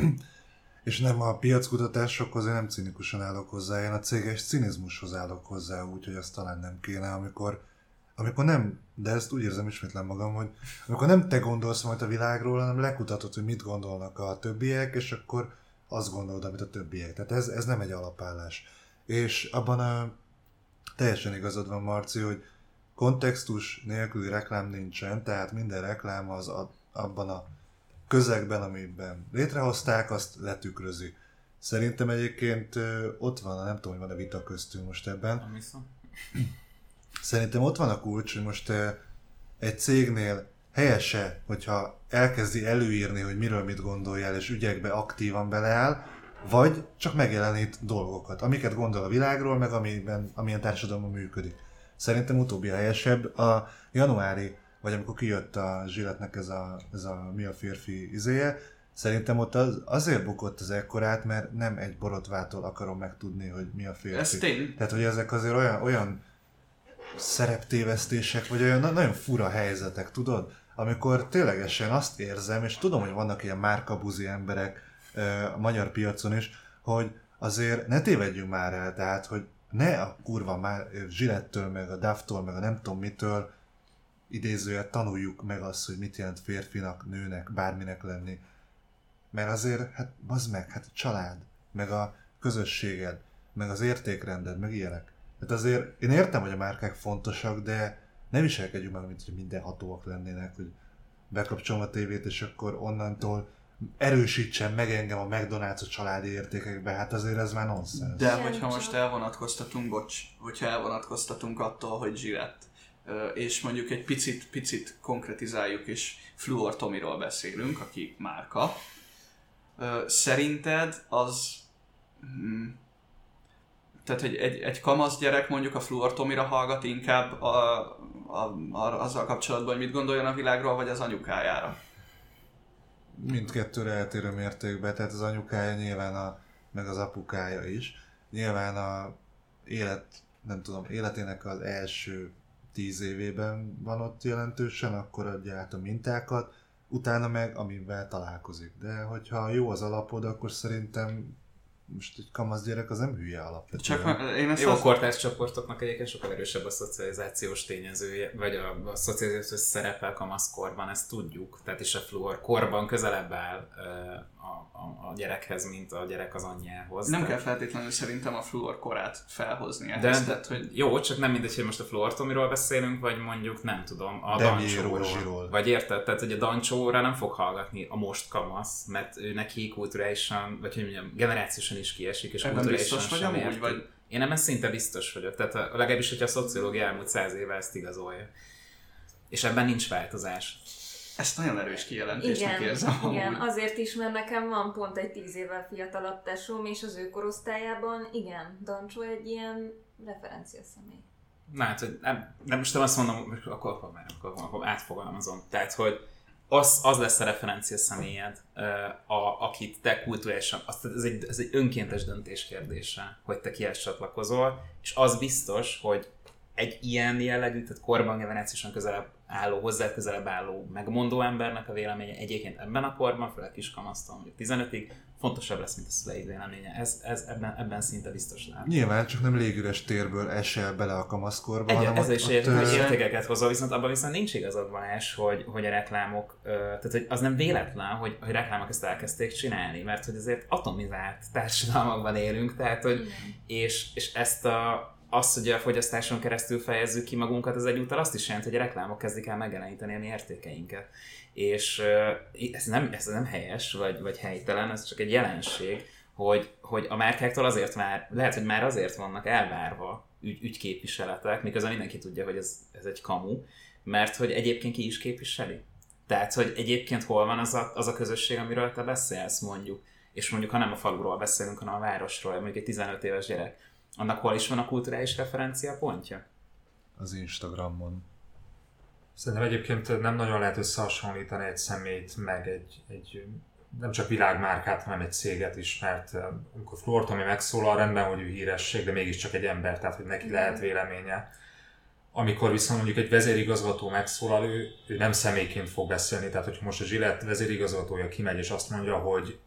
És nem a piackutatásokhoz, én nem cinikusan állok hozzá, én a céges cinizmushoz állok hozzá, úgyhogy azt talán nem kéne, amikor nem, de ezt úgy érzem, ismétlem magam, hogy amikor nem te gondolsz majd a világról, hanem lekutatod, hogy mit gondolnak a többiek, és akkor azt gondolod, amit a többiek. Tehát ez nem egy alapállás. És abban teljesen igazad van, Marci, hogy kontextus nélküli reklám nincsen, tehát minden reklám az abban a közegben, amiben létrehozták, azt letükrözi. Szerintem egyébként ott van, nem tudom, hogy van-e vita köztünk most ebben. Szerintem ott van a kulcs, hogy most egy cégnél helyese, hogyha elkezdi előírni, hogy miről mit gondoljál, és ügyekbe aktívan beleáll, vagy csak megjelenít dolgokat, amiket gondol a világról, meg amilyen társadalomban működik. Szerintem utóbbi a helyesebb. A januári, vagy amikor kijött a Gilletnek ez a mi a férfi izéje, szerintem ott azért bukott az ekkorát, mert nem egy borotvától akarom megtudni, hogy mi a férfi. Ez tény. Tehát, hogy ezek azért olyan szereptévesztések, vagy olyan nagyon fura helyzetek, tudod? Amikor ténylegesen azt érzem, és tudom, hogy vannak ilyen márkabuzi emberek a magyar piacon is, hogy azért ne tévedjünk már el, tehát, hogy ne a kurva már Gillettől, meg a DAF-tól, meg a nem tudom mitől idézőjel tanuljuk meg azt, hogy mit jelent férfinak, nőnek, bárminek lenni. Mert azért, hát bazd meg, hát a család, meg a közösséged, meg az értékrended, meg ilyenek. Hát azért én értem, hogy a márkák fontosak, de ne viselkedjünk meg, mint hogy mindenhatóak lennének, hogy bekapcsolom a tévét, és akkor onnantól erősítsen meg engem a McDonald's a családi értékekbe, hát azért ez már nonsens. De hogyha most elvonatkoztatunk attól, hogy Gillette, és mondjuk egy picit konkretizáljuk, és Fluor Tomiról beszélünk, aki márka, szerinted az... Tehát egy kamasz gyerek mondjuk a Fluor Tomira hallgat inkább azzal kapcsolatban, hogy mit gondoljon a világról, vagy az anyukájára? Mindkettőre eltérő mértékben, tehát az anyukája nyilván meg az apukája is. Nyilván életének az első 10 évében van ott jelentősen, akkor adja át a mintákat, utána meg amivel találkozik. De hogyha jó az alapod, akkor szerintem most egy kamasz gyerek az nem hülye alapvetően. Csak én ezt Jó, a kortárs csoportoknak egyébként sokkal erősebb a szocializációs tényezője, vagy a szocializációs szerepel kamaszkorban, ezt tudjuk. Tehát is a fluor korban közelebb áll a gyerekhez, mint a gyerek az anyjához. Nem kell feltétlenül szerintem a fluor korát felhozni ehhez. De tehát, hogy... Jó, csak nem mindegy, hogy most a fluortomiról beszélünk, vagy mondjuk nem tudom, a Dancsóról. dancsóról. Vagy érted? Tehát, hogy a dancsóra nem fog hallgatni a most kamasz, mert ő neki kulturálisan, vagy hogy mondjam, generációsan is kiesik, és ebben kulturálisan biztos sem vagy amúgy, érti. vagy? Én ebben szinte biztos vagyok. Tehát legalábbis, hogyha a szociológia elmúlt 100 éve ezt igazolja. És ebben nincs változás. Ezt nagyon erős kijelentésnek érzem. Igen, amúgy. azért is, mert nekem van pont egy 10 évvel fiatalabb tesóm, és az ő korosztályában, igen, Dancsó egy ilyen referencia személy. Na hát, hogy nem most azt mondom, akkor átfogalmazom. Tehát, hogy az lesz a referencia személyed, akit te kulturálisan, ez egy önkéntes döntés kérdése, hogy te kihez csatlakozol, és az biztos, hogy egy ilyen jellegű, tehát korban generációsan közelebb álló, hozzá közelebb álló, megmondó embernek a véleménye egyébként ebben a korban, főleg kiskamasztól, mondjuk 15-ig, fontosabb lesz, mint a szüleid véleménye. Ebben szinte biztos lehet. Nyilván csak nem légüres térből esel bele a kamaszkorba, hanem ezzel is értékeket hozol, viszont abban viszont nincs igazad, Balázs, hogy a reklámok, tehát hogy az nem véletlen, hogy reklámok ezt elkezdték csinálni, mert hogy azért atomizált társadalmakban élünk, tehát hogy, és ezt azt, hogy a fogyasztáson keresztül fejezzük ki magunkat, az egyúttal azt is jelenti, hogy a reklámok kezdik el megjeleníteni a mi értékeinket. És ez nem helyes, vagy helytelen, ez csak egy jelenség, hogy a márkáktól azért lehet, hogy már azért vannak elvárva ügyképviseletek, miközben mindenki tudja, hogy ez egy kamu, mert hogy egyébként ki is képviseli. Tehát, hogy egyébként hol van az a közösség, amiről te beszélsz, mondjuk. És mondjuk, ha nem a faluról beszélünk, hanem a városról, mondjuk egy 15 éves gyerek, annak hol is van a kulturális referencia pontja? Az Instagramon. Szerintem egyébként nem nagyon lehet összehasonlítani egy személyt, meg egy nem csak világmárkát, hanem egy céget is, mert amikor Fluor Tomi megszólal, rendben, hogy ő híresség, de mégiscsak egy ember, tehát hogy neki lehet véleménye. Amikor viszont mondjuk egy vezérigazgató megszólal, ő nem személyként fog beszélni, tehát hogyha most a Gillette vezérigazgatója kimegy és azt mondja, hogy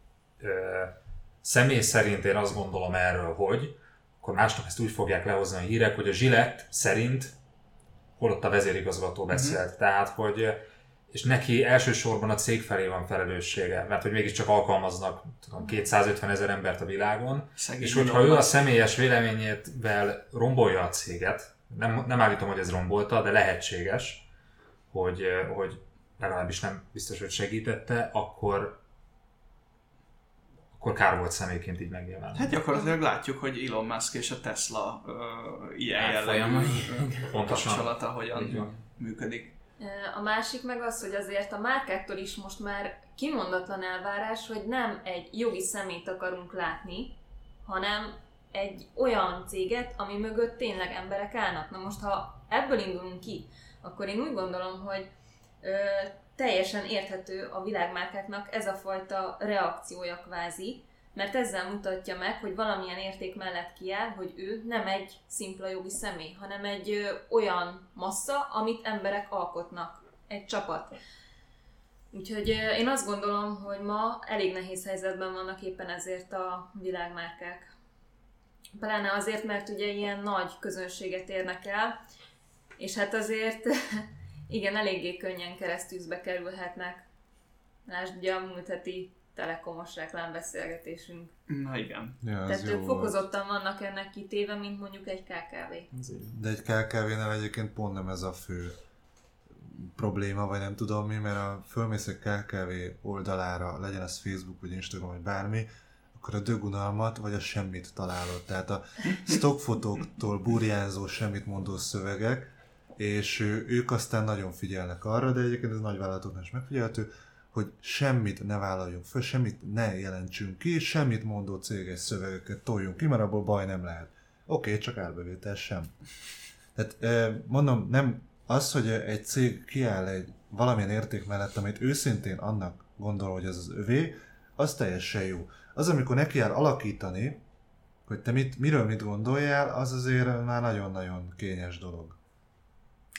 személy szerint én azt gondolom erről, hogy, akkor másnap ezt úgy fogják lehozni a hírek, hogy a Gillette szerint holott a vezérigazgató beszélt. Tehát, hogy és neki elsősorban a cég felé van felelőssége, mert hogy mégiscsak alkalmaznak 250 000 embert a világon, Szegény és hogyha ő a személyes véleményével rombolja a céget, nem állítom, hogy ez rombolta, de lehetséges, hogy legalábbis nem biztos, hogy segítette, akkor kár volt személyként így megjelenni. Hát gyakorlatilag látjuk, hogy Elon Musk és a Tesla ilyen jellegű kapcsolata hogyan működik. A másik meg az, hogy azért a márkáktól is most már kimondatlan elvárás, hogy nem egy jogi személyt akarunk látni, hanem egy olyan céget, ami mögött tényleg emberek állnak. Na most, ha ebből indulunk ki, akkor én úgy gondolom, hogy teljesen érthető a világmárkáknak ez a fajta reakciója kvázi, mert ezzel mutatja meg, hogy valamilyen érték mellett kiáll, hogy ő nem egy szimpla jogi személy, hanem egy olyan massza, amit emberek alkotnak, egy csapat. Úgyhogy én azt gondolom, hogy ma elég nehéz helyzetben vannak éppen ezért a világmárkák. Pláne azért, mert ugye ilyen nagy közönséget érnek el, és hát azért igen, eléggé könnyen keresztűzbe kerülhetnek. Lásd ugye a múlt heti telekomos reklámbeszélgetésünk. Na igen. Ja, tehát ők fokozottan vannak ennek kitéve, mint mondjuk egy KKV. De egy KKV-nál egyébként pont nem ez a fő probléma, vagy nem tudom mi, mert ha fölmész egy KKV oldalára, legyen az Facebook, vagy Instagram, vagy bármi, akkor a dögunalmat, vagy a semmit találod. Tehát a stockfotóktól burjánzó, semmit mondó szövegek, és ők aztán nagyon figyelnek arra, de egyébként ez nagyvállalatoknak is megfigyelhető, hogy semmit ne vállaljunk föl, semmit ne jelentsünk ki, semmit mondó céges szövegeket toljunk ki, mert abból baj nem lehet. Oké, csak árbevétel sem. Tehát mondom, nem az, hogy egy cég kiáll egy valamilyen érték mellett, amit őszintén annak gondol, hogy ez az övé, az teljesen jó. Az, amikor nekiáll alakítani, hogy te miről mit gondoljál, az azért már nagyon-nagyon kényes dolog.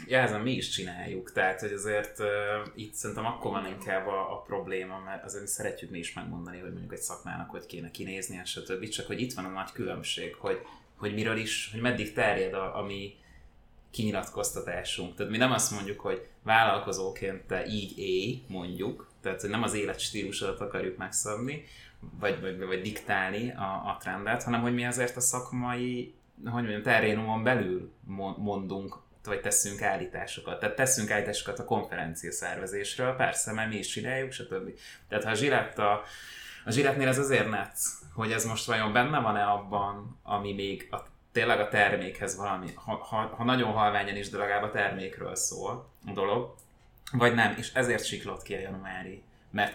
ezen mi is csináljuk, tehát hogy azért itt szerintem akkor van inkább a probléma, mert azért szeretjük mi is megmondani, hogy mondjuk egy szakmának hogy kéne kinézni, stb. Csak hogy itt van a nagy különbség, hogy miről is, hogy meddig terjed a mi kinyilatkoztatásunk. Tehát mi nem azt mondjuk, hogy vállalkozóként te így élj, mondjuk, tehát hogy nem az életstílusodat akarjuk megszabni, vagy diktálni a trendet, hanem hogy mi azért a szakmai, hogy mondjam, terrénumon belül mondunk, vagy teszünk állításokat. Tehát teszünk állításokat a konferencia szervezésről, persze, mert mi is csináljuk, stb. Tehát ha a Zsiletnél ez azért netsz, hogy ez most vajon benne van-e abban, ami még tényleg a termékhez valami, ha nagyon halványan is, de legalább a termékről szól a dolog, vagy nem, és ezért siklott ki a januári. Mert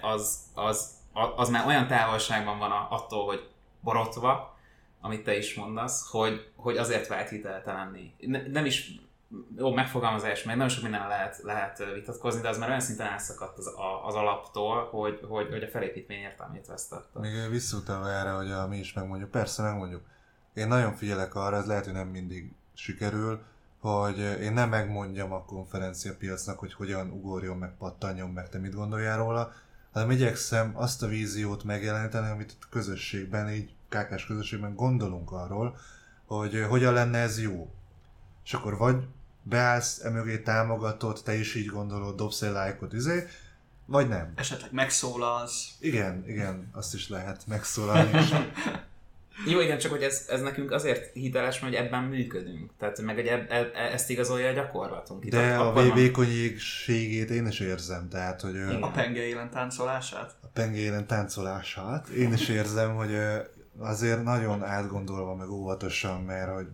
az már olyan távolságban van attól, hogy borotva, amit te is mondasz, hogy azért vált hiteltelenné. Nem is jó megfogalmazás, mert nagyon sok minden lehet vitatkozni, de az már olyan szinten elszakadt az alaptól, hogy a felépítmény értelmét vesztette. Még visszautalva erre, hogy mi is megmondjuk, persze megmondjuk. Én nagyon figyelek arra, ez lehet, hogy nem mindig sikerül, hogy én nem megmondjam a konferenciapiacnak, hogy hogyan ugorjon meg, pattanjon meg, te mit gondoljál róla, hanem igyekszem azt a víziót megjeleníteni, amit a közösségben, így KK-s közösségben gondolunk arról, hogy hogyan lenne ez jó. És akkor vagy beállsz emögé, támogatod, te is így gondolod, dobsz egy lájkot, vagy nem. Esetleg megszólalsz. Igen, azt is lehet megszólalni is. Jó, igen, csak hogy ez nekünk azért hiteles, hogy ebben működünk. Tehát meg hogy ezt igazolja a gyakorlatunk. Itt de a vékonységét én is érzem, tehát hogy... A penge élen táncolását? A penge élen táncolását. Én is érzem, hogy azért nagyon átgondolva, meg óvatosan, mert hogy...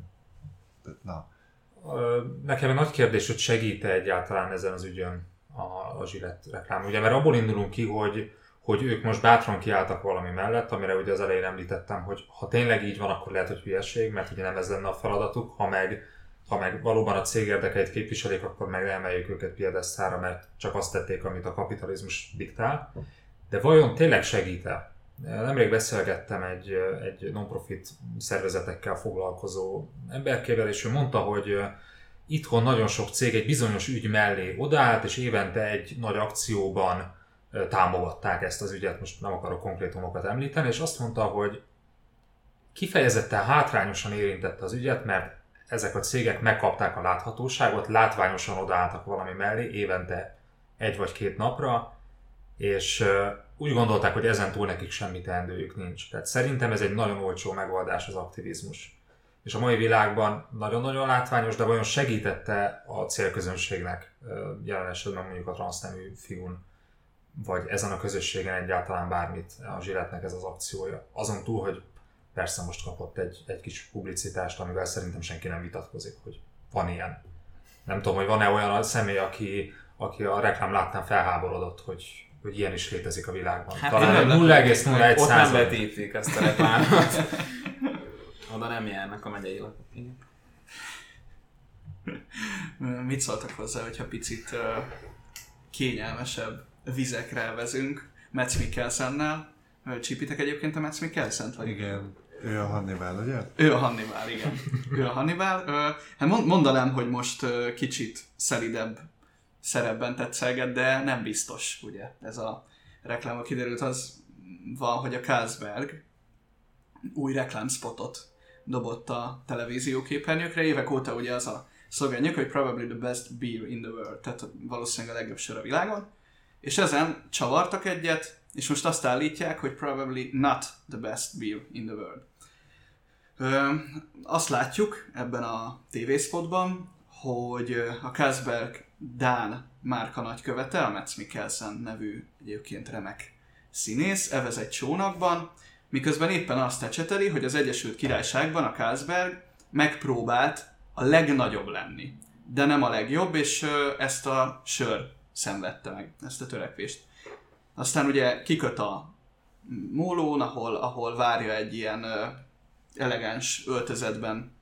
Na. Nekem egy nagy kérdés, hogy segít-e egyáltalán ezen az ügyön a Gillette reklám. Ugye, mert abból indulunk ki, hogy ők most bátran kiálltak valami mellett, amire ugye az elején említettem, hogy ha tényleg így van, akkor lehet, hogy hülyeség, mert ugye nem ez lenne a feladatuk, ha meg valóban a cég érdekeit képviselik, akkor meg emeljük őket piedesztára, mert csak azt tették, amit a kapitalizmus diktál. De vajon tényleg segít-e? Nemrég beszélgettem egy non-profit szervezetekkel foglalkozó emberkével, és ő mondta, hogy itthon nagyon sok cég egy bizonyos ügy mellé odaállt, és évente egy nagy akcióban támogatták ezt az ügyet, most nem akarok konkrétumokat említeni, és azt mondta, hogy kifejezetten hátrányosan érintette az ügyet, mert ezek a cégek megkapták a láthatóságot, látványosan odaálltak valami mellé évente 1 vagy 2 napra, és úgy gondolták, hogy ezen túl nekik semmi teendőjük nincs. Tehát szerintem ez egy nagyon olcsó megoldás az aktivizmus. És a mai világban nagyon-nagyon látványos, de vajon segítette a célközönségnek, jelen esetben mondjuk a transznemű fiún, vagy ezen a közösségen egyáltalán bármit a Gilletnek ez az akciója. Azon túl, hogy persze most kapott egy kis publicitást, amivel szerintem senki nem vitatkozik, hogy van ilyen. Nem tudom, hogy van-e olyan a személy, aki a reklám láttán felháborodott, hogy ilyen is létezik a világban. Hát talán 0,01%. Ott nem vetítik ezt a reklámot. Oda nem járnak a megyei lapok. Mit szóltak hozzá, hogyha picit kényelmesebb vizekre vezünk Mads Mikkelsennel? Csípitek egyébként a Mads Mikkelsent? Vagy? Igen, ő a Hannibal, ugye? Ő a Hannibal, igen. Ő a Hannibal. Hát mondanám, hogy most kicsit szelidebb szerepben tetszelget, de nem biztos, ugye. Ez a reklámok kiderült, az van, hogy a Carlsberg új reklámspotot dobott a televízió képernyőkre. Évek óta ugye az a szlogenjük, hogy probably the best beer in the world, tehát valószínűleg a legjobb sör a világon. És ezen csavartak egyet, és most azt állítják, hogy probably not the best beer in the world. Azt látjuk ebben a tévészpotban, hogy a Carlsberg dán márka nagykövete, a Mads Mikkelsen nevű egyébként remek színész, evez egy csónakban, miközben éppen azt ecseteli, hogy az Egyesült Királyságban a Carlsberg megpróbált a legnagyobb lenni, de nem a legjobb, és ezt a sör szenvedte meg, ezt a törekvést. Aztán ugye kiköt a mólón, ahol várja egy ilyen elegáns öltözetben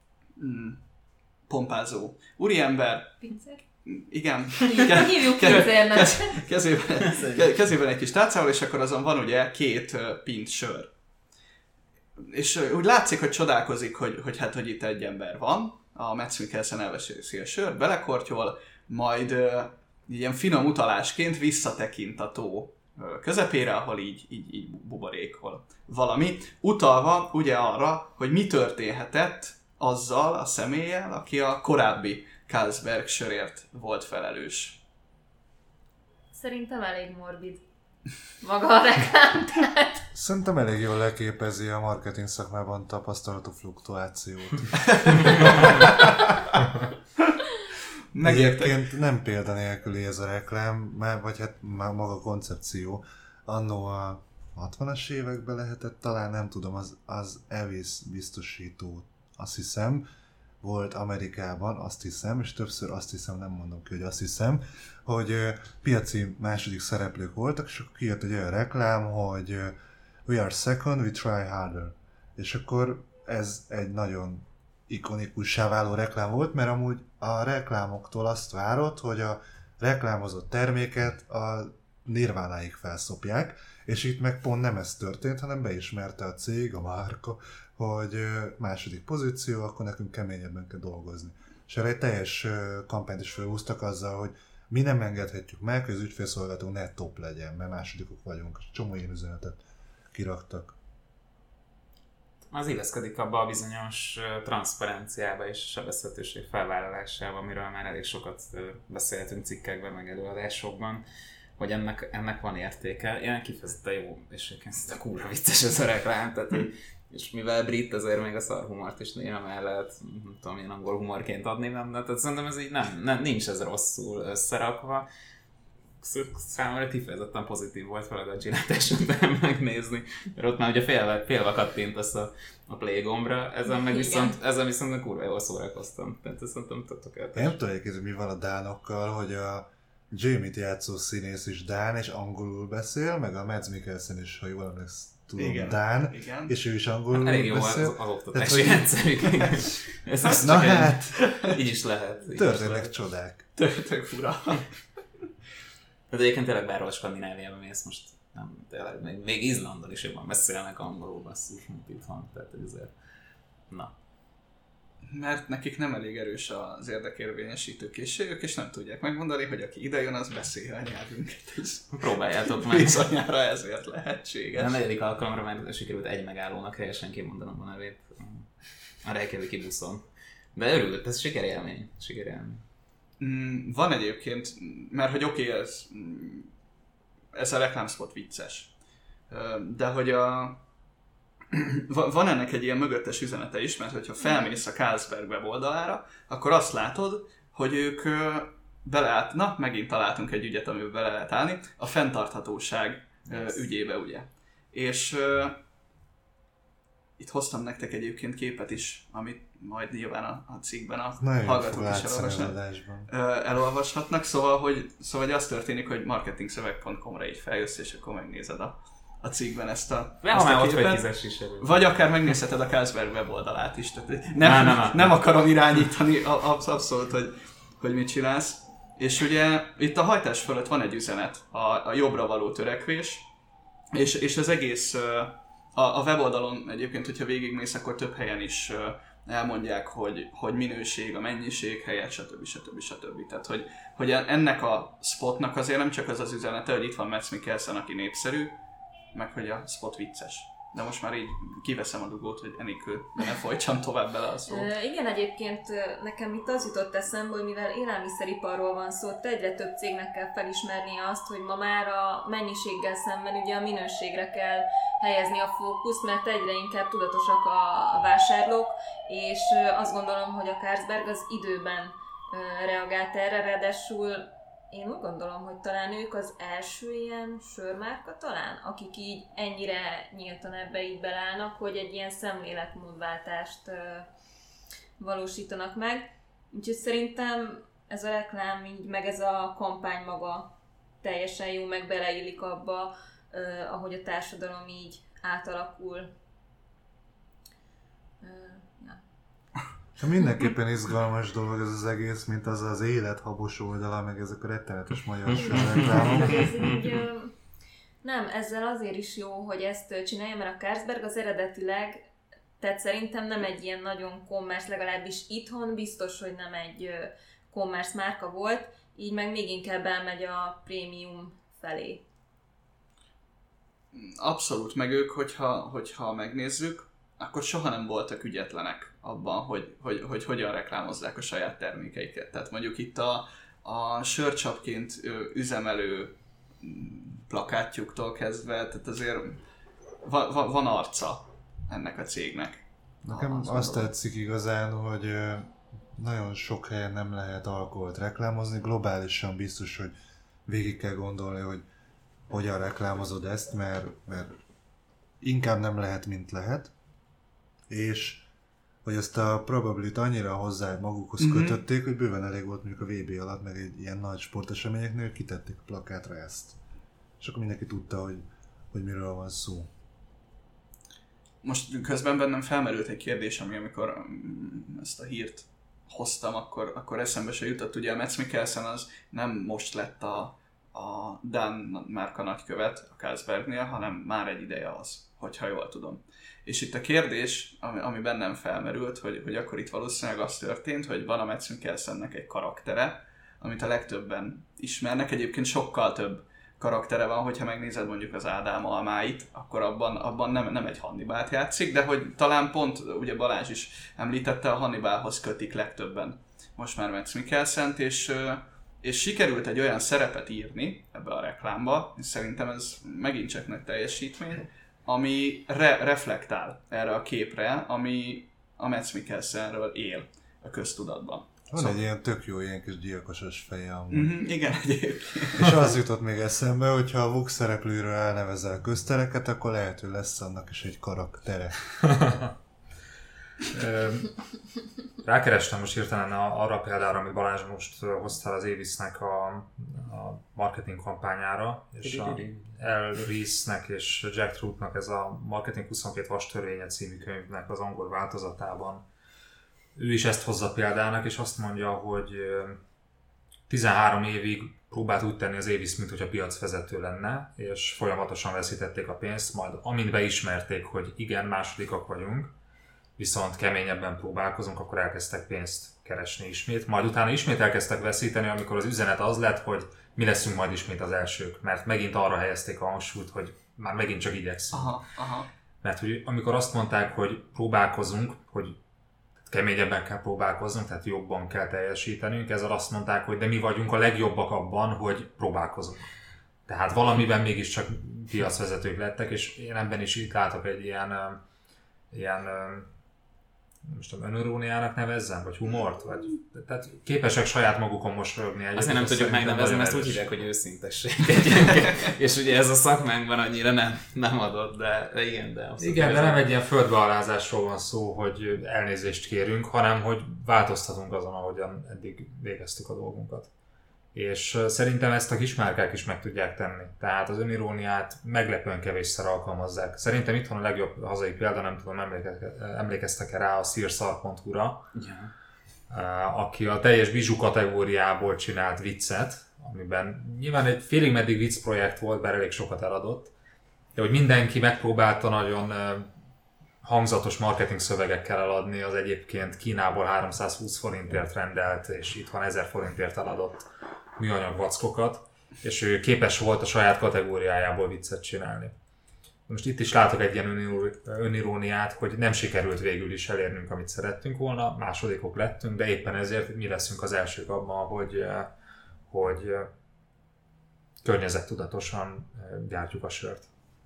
pompázó úriember. Pincér? Igen. Hívjuk pincérnek. Kezében egy kis tálcával, és akkor azon van ugye 2 pint sör. És úgy látszik, hogy csodálkozik, hogy itt egy ember van a Mads Mikkelsen elveszi a sört, belekortyol, majd ilyen finom utalásként visszatekint a tó közepére, ahol így buborékol valami, utalva ugye arra, hogy mi történhetett azzal a személlyel, aki a korábbi Carlsberg sörért volt felelős. Szerintem elég morbid maga a reklám, tehát... Szerintem elég jól leképezi a marketing szakmában tapasztalatú fluktuációt. Egyébként nem példanélküli ez a reklám, vagy hát maga a koncepció. Annó a 60-as években lehetett, talán nem tudom, az Avis biztosító, azt hiszem, volt Amerikában, azt hiszem, és többször azt hiszem, nem mondom ki, hogy azt hiszem, hogy piaci második szereplők voltak, és akkor kijött egy olyan reklám, hogy we are second, we try harder. És akkor ez egy nagyon ikonikussá váló reklám volt, mert amúgy a reklámoktól azt várod, hogy a reklámozott terméket a nirvánáig felszopják, és itt meg pont nem ez történt, hanem beismerte a cég, a márka, hogy második pozíció, akkor nekünk keményebben kell dolgozni. És erre egy teljes kampányt is felhúztak azzal, hogy mi nem engedhetjük meg, hogy az ügyfélszolgálatunk ne top legyen, mert másodikok vagyunk. Csomó ilyen üzenetet kiraktak. Az illeszkedik abba a bizonyos transzparenciába és sebezhetőség felvállalásába, amiről már elég sokat beszélhetünk cikkekben, meg előadásokban, hogy ennek van értéke. Ilyen kifejezetten jó, és ez kurva vicces ez a reklám, tehát, és mivel brit, azért még a szar humort is néha mellett, nem tudom, ilyen angol humorként adni benne, tehát szerintem ez így nincs ez rosszul összerakva. Számomra kifejezetten pozitív volt valahogy a Gillette esetben megnézni, mert ott már ugye félve kattintasz a play gombra, ezen viszont kurva jól szórakoztam, tehát ezt szerintem tökéletes. Nem tudom, hogy mi van a dánokkal, hogy a Jamie-t játszó színész is dán, és angolul beszél, meg a Mads Mikkelsen is, ha jól emlékszem, tudom, dán, igen. És ő is angolul elég jó beszél. Az oktatási rendszerük. Na hát, így is lehet. történnek csodák. Tök fura. De egyébként tényleg bárhol a Skandináviában mész, most nem, tényleg, még Izlandon is jobban beszélnek angolul, basszus, mint itthon, tehát ezért, na. Mert nekik nem elég erős az érdekérvényesítő készségük, és nem tudják megmondani, hogy aki idejön, az beszélje a nyelvünket. Próbáljátok meg. Bizonyára ezért lehetséges. A negyedik alkalomra már sikerült egy megállónak helyesen kimondanom a nevét a Reykjaviki buszon. De örült, ez sikerélmény. Van egyébként, mert hogy oké, ez a reklámspot vicces, de hogy van ennek egy ilyen mögöttes üzenete is, mert hogyha felmész a Carlsberg weboldalára, akkor azt látod, hogy ők megint találtunk egy ügyet, amiben bele lehet állni, a fenntarthatóság ügyébe, ugye. És itt hoztam nektek egyébként képet is, amit majd nyilván a cikkben a hallgatók is elolvashatnak. Szóval, hogy az történik, hogy marketingszöveg.com-ra így feljössz, és akkor megnézed a cikkben ezt a képet. Vagy akár megnézheted a Carlsberg weboldalát is. Tehát nem akarom irányítani abszolút, hogy mit csinálsz. És ugye itt a hajtás fölött van egy üzenet, a jobbra való törekvés, és az egész a weboldalon egyébként, hogyha végigmész, akkor több helyen is elmondják, hogy minőség, a mennyiség helyett, stb. Tehát, hogy ennek a spotnak azért nem csak az üzenete, hogy itt van Mads Mikkelsen, aki népszerű, meg hogy a spot vicces. De most már így kiveszem a dugót, hogy enélkül ne folytsam tovább bele a szót. Igen, egyébként nekem itt az jutott eszembe, hogy mivel élelmiszeriparról van szó, egyre több cégnek kell felismernie azt, hogy ma már a mennyiséggel szemben ugye a minőségre kell helyezni a fókuszt, mert egyre inkább tudatosak a vásárlók, és azt gondolom, hogy a Carlsberg az időben reagált erre, ráadásul én úgy gondolom, hogy talán ők az első ilyen sörmárka talán, akik így ennyire nyíltan ebbe így belállnak, hogy egy ilyen szemléletmódváltást valósítanak meg. Úgyhogy szerintem ez a reklám így, meg ez a kampány maga teljesen jó, meg beleillik abba, ahogy a társadalom így átalakul. Mindenképpen izgalmas dolog ez az egész, mint az élethabos oldala, meg ezek a rettenetes magyar sörreklámok. Nem, ezzel azért is jó, hogy ezt csinálja, mert a Carlsberg az eredetileg Tehát szerintem nem egy ilyen nagyon commerce, legalábbis itthon biztos, hogy nem egy commerce márka volt, így meg még inkább elmegy a prémium felé. Abszolút, meg ők, hogyha megnézzük, akkor soha nem voltak ügyetlenek abban, hogy hogyan reklámozzák a saját termékeiket. Tehát mondjuk itt a sörcsapként üzemelő plakátjuktól kezdve, tehát azért van arca ennek a cégnek. Nekem azt tetszik igazán, hogy nagyon sok helyen nem lehet alkoholt reklámozni, globálisan biztos, hogy végig kell gondolni, hogy hogyan reklámozod ezt, mert inkább nem lehet, mint lehet. És hogy ezt a probability annyira hozzá magukhoz kötötték, hogy bőven elég volt mondjuk a VB alatt, meg egy ilyen nagy sporteseményeknél kitették a plakátra ezt. És akkor mindenki tudta, hogy miről van szó. Most közben bennem felmerült egy kérdés, amikor ezt a hírt hoztam, akkor eszembe se jutott. Ugye a Mads Mikkelsen az nem most lett a Dan márka nagykövet a Carlsbergnél, hanem már egy ideje az, hogyha jól tudom. És itt a kérdés, ami bennem felmerült, hogy akkor itt valószínűleg az történt, hogy van a Mads Mikkelsennek egy karaktere, amit a legtöbben ismernek. Egyébként sokkal több karaktere van, hogyha megnézed mondjuk az Ádám almáit, akkor abban nem egy Hannibalt játszik, de hogy talán pont, ugye Balázs is említette, a Hannibalhoz kötik legtöbben most már Mads Mikkelsent, és sikerült egy olyan szerepet írni ebbe a reklámba, és szerintem ez megint csak nagy teljesítmény, ami reflektál erre a képre, ami a Mads Mikkelsenről él a köztudatban. Van egy ilyen tök jó, ilyen kis gyilkosos feje amúgy. Igen, egyébként. És az jutott még eszembe, hogyha a Vox szereplőről elnevezel köztereket, akkor lehet, hogy lesz annak is egy karaktere. Rákerestem most hirtelen arra példára, amit Balázs most hoztál az Avisnek a marketing kampányára, és a L. Reese-nek és Jack Troutnak ez a Marketing 22 vastörvénye című könyvnek az angol változatában. Ő is ezt hozza példának, és azt mondja, hogy 13 évig próbált úgy tenni az Avis, mintha piacvezető lenne, és folyamatosan veszítették a pénzt, majd amint beismerték, hogy igen, másodikak vagyunk, viszont keményebben próbálkozunk, akkor elkezdtek pénzt keresni ismét, majd utána ismét elkezdtek veszíteni, amikor az üzenet az lett, hogy mi leszünk majd ismét az elsők, mert megint arra helyezték a hangsúlyt, hogy már megint csak igyekszünk. Aha. Mert hogy amikor azt mondták, hogy próbálkozunk, hogy keményebben kell próbálkoznunk, tehát jobban kell teljesítenünk, ezzel azt mondták, hogy de mi vagyunk a legjobbak abban, hogy próbálkozunk. Tehát valamiben mégiscsak piacvezetők lettek, és én ebben is itt látok egy ilyen most tudom, öniróniának nevezzem, vagy humort, vagy tehát képesek saját magukon mosolyogni egyet. Azért nem tudjuk megnevezni, mert ezt úgy hívják, hogy őszintesség egyébként. És ugye ez a szakmánkban annyira nem adott, de igen, de abszolút. Igen, de nem egy ilyen földbealázásról van szó, hogy elnézést kérünk, hanem hogy változtatunk azon, ahogyan eddig végeztük a dolgunkat. És szerintem ezt a kismárkák is meg tudják tenni. Tehát az öniróniát meglepően kevésszer alkalmazzák. Szerintem itt van a legjobb hazai példa, nem tudom, emlékeztek-e rá a szírszar.hu-ra, aki a teljes bizsú kategóriából csinált viccet, amiben nyilván egy félig meddig vicc projekt volt, bár elég sokat eladott, de hogy mindenki megpróbálta nagyon hangzatos marketing szövegekkel eladni az egyébként Kínából 320 forintért rendelt, és itt van 1000 forintért eladott műanyag vackokat, és ő képes volt a saját kategóriájából viccet csinálni. Most itt is látok egy ilyen öniróniát, hogy nem sikerült végül is elérnünk, amit szerettünk volna, másodikok lettünk, de éppen ezért mi leszünk az elsők abban, hogy környezettudatosan gyártjuk a sört.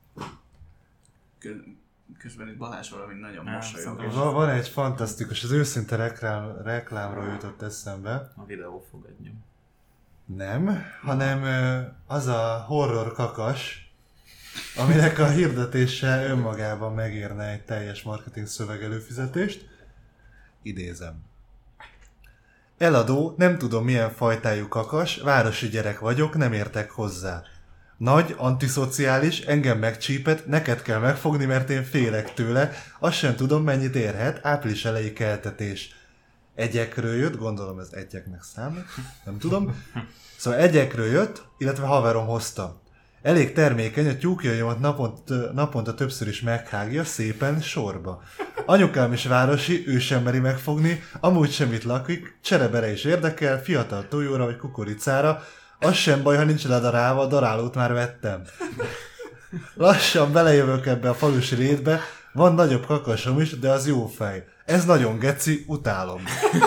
Közben itt Balázs valami nagyon mosolyog. Van egy fantasztikus, az őszinte reklámról jutott eszembe. A videó fogadja. Nem, hanem az a horror kakas, aminek a hirdetése önmagában megérne egy teljes marketing szöveg előfizetést. Idézem. Eladó, nem tudom milyen fajtájú kakas, városi gyerek vagyok, nem értek hozzá. Nagy, antiszociális, engem megcsípett, neked kell megfogni, mert én félek tőle, azt sem tudom mennyit érhet, április elejé keltetés. Egyekről jött, gondolom ez egyeknek számít, nem tudom. Szóval egyekről jött, illetve haverom hozta. Elég termékeny, a tyúkjaimat naponta többször is meghágja, szépen sorba. Anyukám is városi, ő sem meri megfogni, amúgy semmit lakik, cserebere is érdekel, fiatal tojóra vagy kukoricára, az sem baj, ha nincs ledarálva, darálót már vettem. Lassan belejövök ebbe a falusi rétbe, van nagyobb kakasom is, de az jó fej. Ez nagyon geci, utálom.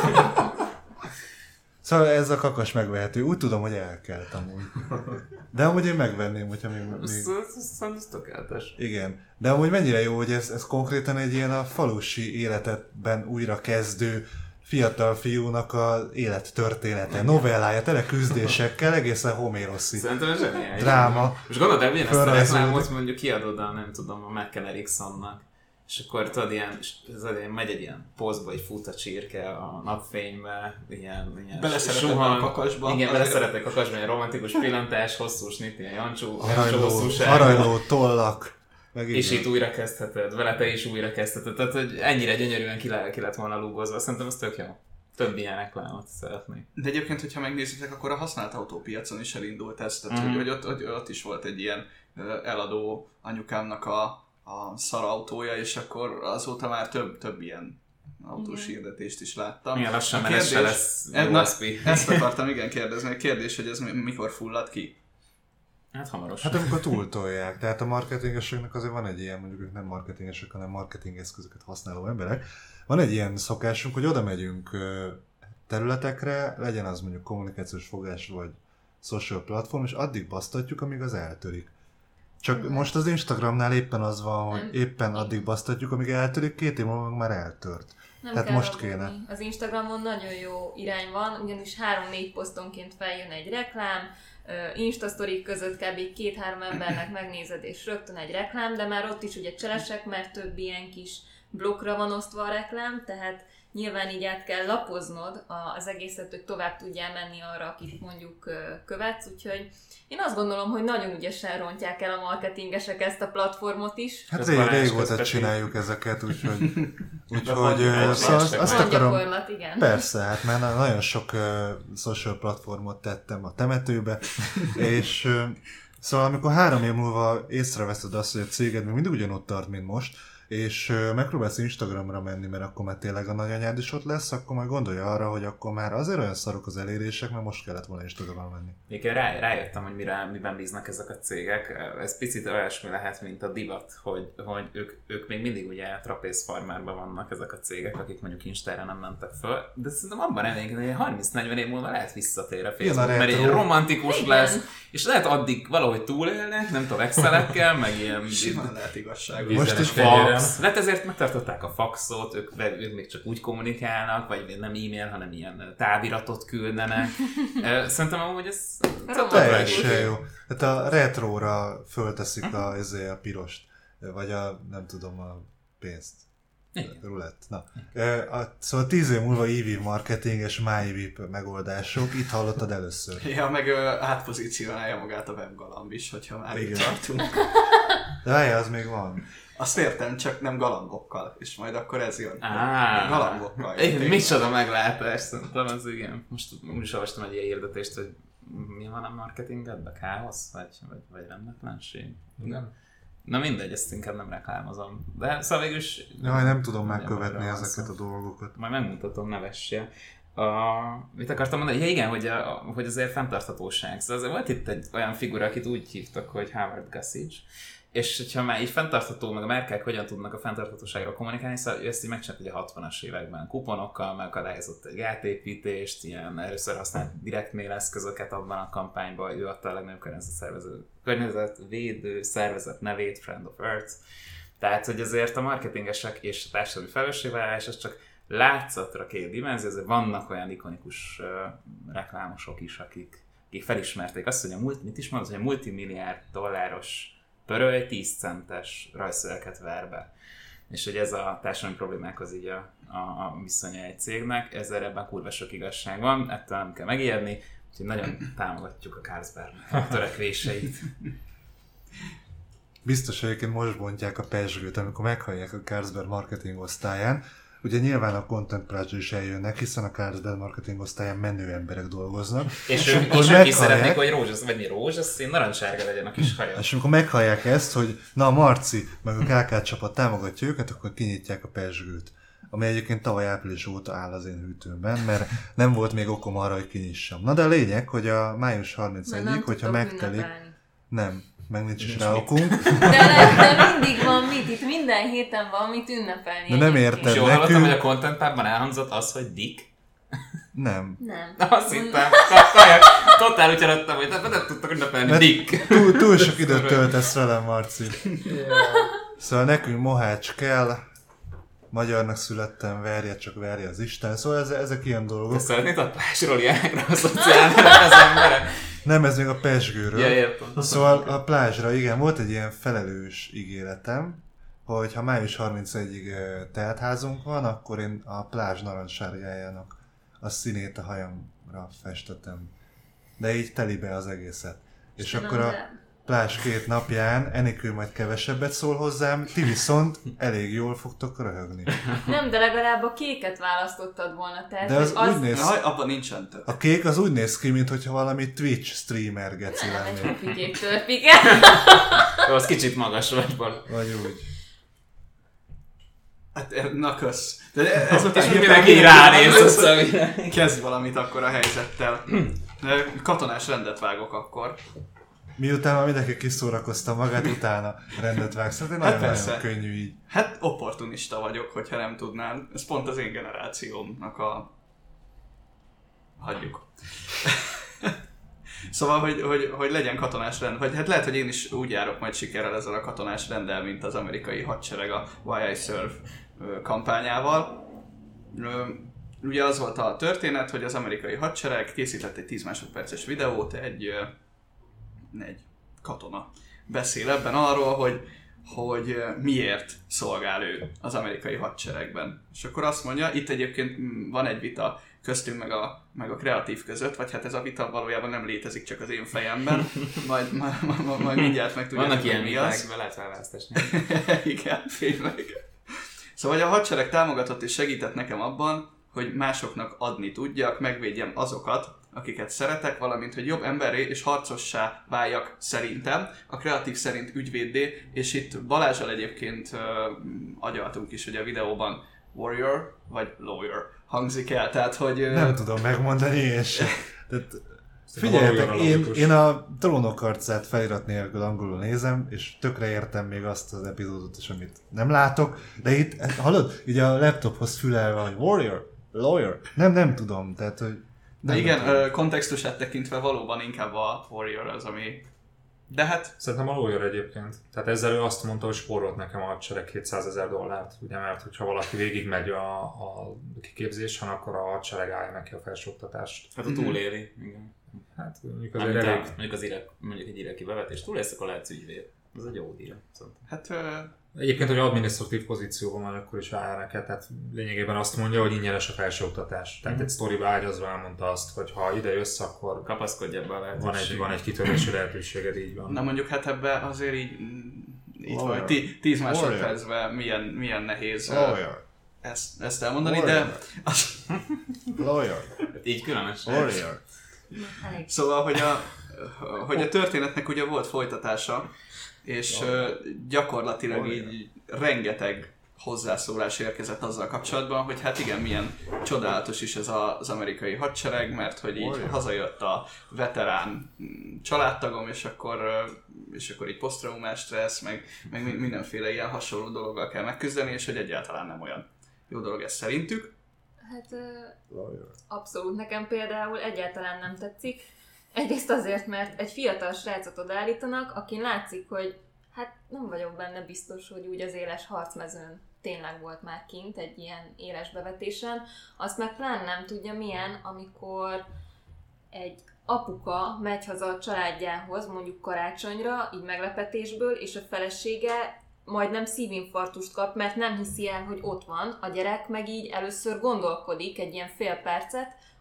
Szóval ez a kakas megvehető. Úgy tudom, hogy elkelt amúgy. De amúgy én megvenném, hogyha még... Ez tökéletes. Igen. De amúgy mennyire jó, hogy ez konkrétan egy ilyen a falusi életben újra kezdő fiatal fiúnak az élettörténete, novellája, tele küzdésekkel, egészen Homéroszi. Szerintem ez zseniális. Dráma. Most gondolod, hogy ezt a reklámot mondjuk kiadod a, nem tudom, a Macken Ericssonnak, és akkor tudod, ilyen, megy egy ilyen pozba, hogy fut a csirke a napfénybe, ilyen beleszeretek a kakasba. Igen, beleszeretek a kakasba, ilyen romantikus pillantás, hosszú snit, ilyen Jancsó arajló tollak. És itt újra kezdheted, vele te is újra kezdheted, tehát hogy ennyire gyönyörűen ki lett volna lúgozva, szerintem ez tök jó. Több ilyen reklámot szeretnék. De egyébként, hogyha megnézitek, akkor a használt autópiacon is elindult ez, tehát hogy ott is volt egy ilyen eladó anyukámnak a szarautója, és akkor azóta már több ilyen autós hirdetést is láttam. Milyen lassan, mert ez se lesz ezt akartam kérdezni. A kérdés, hogy ez mikor fullad ki? Hát hamarosan. Hát amikor túltolják. Tehát a marketingeseknek azért van egy ilyen, mondjuk ők nem marketingesek, hanem marketingeszközöket használó emberek. Van egy ilyen szokásunk, hogy oda megyünk területekre, legyen az mondjuk kommunikációs fogás vagy social platform, és addig basztatjuk, amíg az eltörik. Csak most az Instagramnál éppen az van, hogy éppen addig basztatjuk, amíg eltörik, 2 év múlva már eltört. Nem tehát kell most aggódni. kéne. Az Instagramon nagyon jó irány van, ugyanis 3-4 posztonként feljön egy reklám, Instastory között kb. 2-3 embernek megnézed, és rögtön egy reklám, de már ott is ugye cselesek, mert több ilyen kis blokkra van osztva a reklám, tehát nyilván így át kell lapoznod az egészet, hogy tovább tudjál menni arra, akit mondjuk követsz, úgyhogy én azt gondolom, hogy nagyon ügyesen rontják el a marketingesek ezt a platformot is. Hát régóta csináljuk ezeket, úgyhogy azt akarom... Gyakorlat, igen. Persze, hát már nagyon sok social platformot tettem a temetőbe, és szóval amikor 3 év múlva észreveszed azt, hogy a céged még mindig ugyanott tart, mint most, és megpróbálsz Instagramra menni, mert akkor már tényleg a nagyanyád is ott lesz, akkor majd gondolja arra, hogy akkor már azért olyan szarok az elérések, mert most kellett volna Instagramra menni. Én rájöttem, hogy miben bíznak ezek a cégek. Ez picit olyasmi lehet, mint a divat, hogy ők még mindig ugye trapézfarmárban vannak ezek a cégek, akik mondjuk Instára nem mentek föl, de szerintem abban reménykedem, hogy 30-40 év múlva lehet visszatér a Facebook, mert egy romantikus lesz, és lehet addig valahogy túlélnek, nem tudom, Excelekkel, meg ilyen... Simán lehet igazságos. Most is Lehet ezért megtartották a faxot, ők még csak úgy kommunikálnak, vagy nem e-mail, hanem ilyen táviratot küldenek. Szerintem amúgy ez teljesen jó. Hát a retróra fölteszik a pirost, vagy nem tudom, a pénzt. Rulett. Na. Szóval 10 év múlva EV marketing és MyEV megoldások, itt hallottad először. Ja, meg átpozícionálja magát a webgalamb is, hogyha már itt tartunk. De várjál, az még van. Azt értem, csak nem galambokkal, és majd akkor ez jön. Galambokkal. Micsoda meglátás, szerintem az igen. Most úgy is olvastam egy ilyen hirdetést, hogy mi van a marketingedben? Káosz? Vagy rendetlenség? Igen. Na mindegy, ezt inkább nem reklámozom. De szóval végülis... Jaj, nem tudom megkövetni ezeket a dolgokat. Majd megmutatom, ne vessél. Mit akartam mondani? Ja igen, hogy azért fenntarthatóság. Szóval azért volt itt egy olyan figura, akit úgy hívtak, hogy Howard Gossage. És hogyha már így fenntartható, meg a márkák hogyan tudnak a fenntarthatóságról kommunikálni, szóval ő ezt így megcsinált ugye a 60-as években kuponokkal, megakadályozott egy gátépítést, ilyen először használt direct mail eszközöket abban a kampányban, ő adta a legnagyobb környezetvédő szervezet nevét, Friend of Earth. Tehát, hogy azért a marketingesek és a társadalmi felelősségvállalás az csak látszatra 2 dimenzió, azért vannak olyan ikonikus reklámosok is, akik felismerték azt, hogy mit is mondod, hogy a multimilliárd dolláros pöröly 10 centes rajzszöveket ver be. És hogy ez a társadalmi problémákhoz így a viszonya egy cégnek, ezzel ebben kurva sok igazság van, ettől nem kell megijedni, úgyhogy nagyon támogatjuk a Carlsberg törekvéseit. Biztos, hogy egyébként most bontják a pezsgőt, amikor meghallják a Carlsberg marketing osztályán. ugye nyilván a Content Project is eljönnek, hiszen a Carlsbad marketing osztályán menő emberek dolgoznak. És ők is szeretnék, hogy rózsaszín, narancssárga legyen a kis haja. És amikor meghallják ezt, hogy na a Marci meg a KK csapat támogatja őket, akkor kinyitják a pezsgőt. Ami egyébként tavaly április óta áll az én hűtőmben, mert nem volt még okom arra, hogy kinyissam. Na de a lényeg, hogy a május 31-ig, hogyha megtelik... Nem, meg nincs is rá okunk. De mindig van mit, itt minden héten van mit ünnepelni. De nem érted és jól hallottam, hogy a Content Pubban elhangzott az, hogy Dick? Nem. Azt hittem, totál úgy hallottam, hogy nem tudtak ünnepelni Dick. Túl sok időt töltesz velem, Marci. Szóval nekünk mohács kell, magyarnak születtem, verje, csak verje az Isten. Szóval ezek ilyen dolgok. Te szeretnéd a plázsról ilyenekre asszociálni az emberek? Nem, ez még a pezsgőről. Ja, értem. Szóval a plázsra, igen, volt egy ilyen felelős ígéretem, hogy ha május 31-ig teltházunk van, akkor én a plázs narancssárgájának a színét a hajamra festetem. De így telibe az egészet. És akkor a plázs 2 napján Enikő majd kevesebbet szól hozzám, ti viszont elég jól fogtok röhögni. Nem, de legalább a kéket választottad volna. Tehát, de az úgy néz... abban nincsen több. A kék az úgy néz ki, mintha valami Twitch streamer geci lennék. Nem, egy pufikék törpike. Az kicsit magas vagy. Vagy úgy. Hát, na kösz. De ez és mindenki ránéz. Kezdj valamit akkor a helyzettel. Katonás rendet vágok akkor. Miután már mindenki kiszórakozta magát, utána rendet vágsz. Hát nagyon könnyű így. Hát opportunista vagyok, hogyha nem tudnám. Ez pont az én generációmnak a... Hagyjuk. Szóval, hogy legyen katonás rend, vagy hát lehet, hogy én is úgy járok majd sikerrel ezzel a katonás renddel, mint az amerikai hadsereg a Why I Serve kampányával. Ugye az volt a történet, hogy az amerikai hadsereg készített egy 10 másodperces videót, egy katona beszél ebben arról, hogy miért szolgál ő az amerikai hadseregben. És akkor azt mondja, itt egyébként van egy vita köztünk meg a kreatív között, vagy hát ez a vita valójában nem létezik, csak az én fejemben. Majd mindjárt meg tudjátok, vannak ilyen mi viták, az. be lehet választani. Igen, tényleg. Szóval a hadsereg támogatott és segített nekem abban, hogy másoknak adni tudjak, megvédjem azokat, akiket szeretek, valamint, hogy jobb emberré és harcossá váljak szerintem, a kreatív szerint ügyvéddé, és itt Balázsral egyébként agyaltunk is, hogy a videóban warrior vagy lawyer hangzik el, tehát hogy... Nem tudom megmondani én sem. Figyeljetek, én a Trónok harcát felirat nélkül angolul nézem, és tökre értem még azt az epizódot is, amit nem látok, de itt, hallod, így a laptophoz fülelve, hogy warrior, lawyer, nem tudom, tehát, hogy... Igen, kontextusát tekintve valóban inkább a warrior az, ami... De hát... Szerintem a lawyer egyébként. Tehát ezzel ő azt mondta, hogy spórolt nekem a hadsereg $200,000, ugye, mert hogyha valaki végigmegy a kiképzésen, akkor a hadsereg állja neki a felsőoktatást. Hát a túléli, igen. Hát mondjuk azért elég... mondjuk egy iraki bevetés túlélsz, akkor lehetsz ügyvéd. Ez egy jó díj. Hát... Egyébként, hogy adminisztratív pozícióban van, akkor is állja neked, tehát lényegében azt mondja, hogy ingyenes a felsőoktatás. Tehát egy sztoriba ágyazva elmondta azt, hogy ha ide jössz, akkor kapaszkodj ebbe a lehetőséged. Van egy kitörési lehetőséged, így van. Na mondjuk hát ebben azért így vagy 10 másodpercben milyen nehéz ezt elmondani, de... Lawyer. Így különös. Warrior. Szóval, hogy a történetnek ugye volt folytatása, és gyakorlatilag így rengeteg hozzászólás érkezett azzal kapcsolatban, hogy hát igen, milyen csodálatos is ez az amerikai hadsereg, mert hogy így hazajött a veterán családtagom, és akkor így posztraumás stressz, meg mindenféle ilyen hasonló dologgal kell megküzdeni, és hogy egyáltalán nem olyan jó dolog ez szerintük. Hát abszolút, nekem például egyáltalán nem tetszik. Egyrészt azért, mert egy fiatal srácot odaállítanak, akin látszik, hogy hát nem vagyok benne biztos, hogy úgy az éles harcmezőn tényleg volt már kint egy ilyen éles bevetésen. Azt meg pláne nem tudja milyen, amikor egy apuka megy haza a családjához, mondjuk karácsonyra, így meglepetésből, és a felesége majdnem szívinfarktust kap, mert nem hiszi el, hogy ott van, a gyerek meg így először gondolkodik egy ilyen fél percet,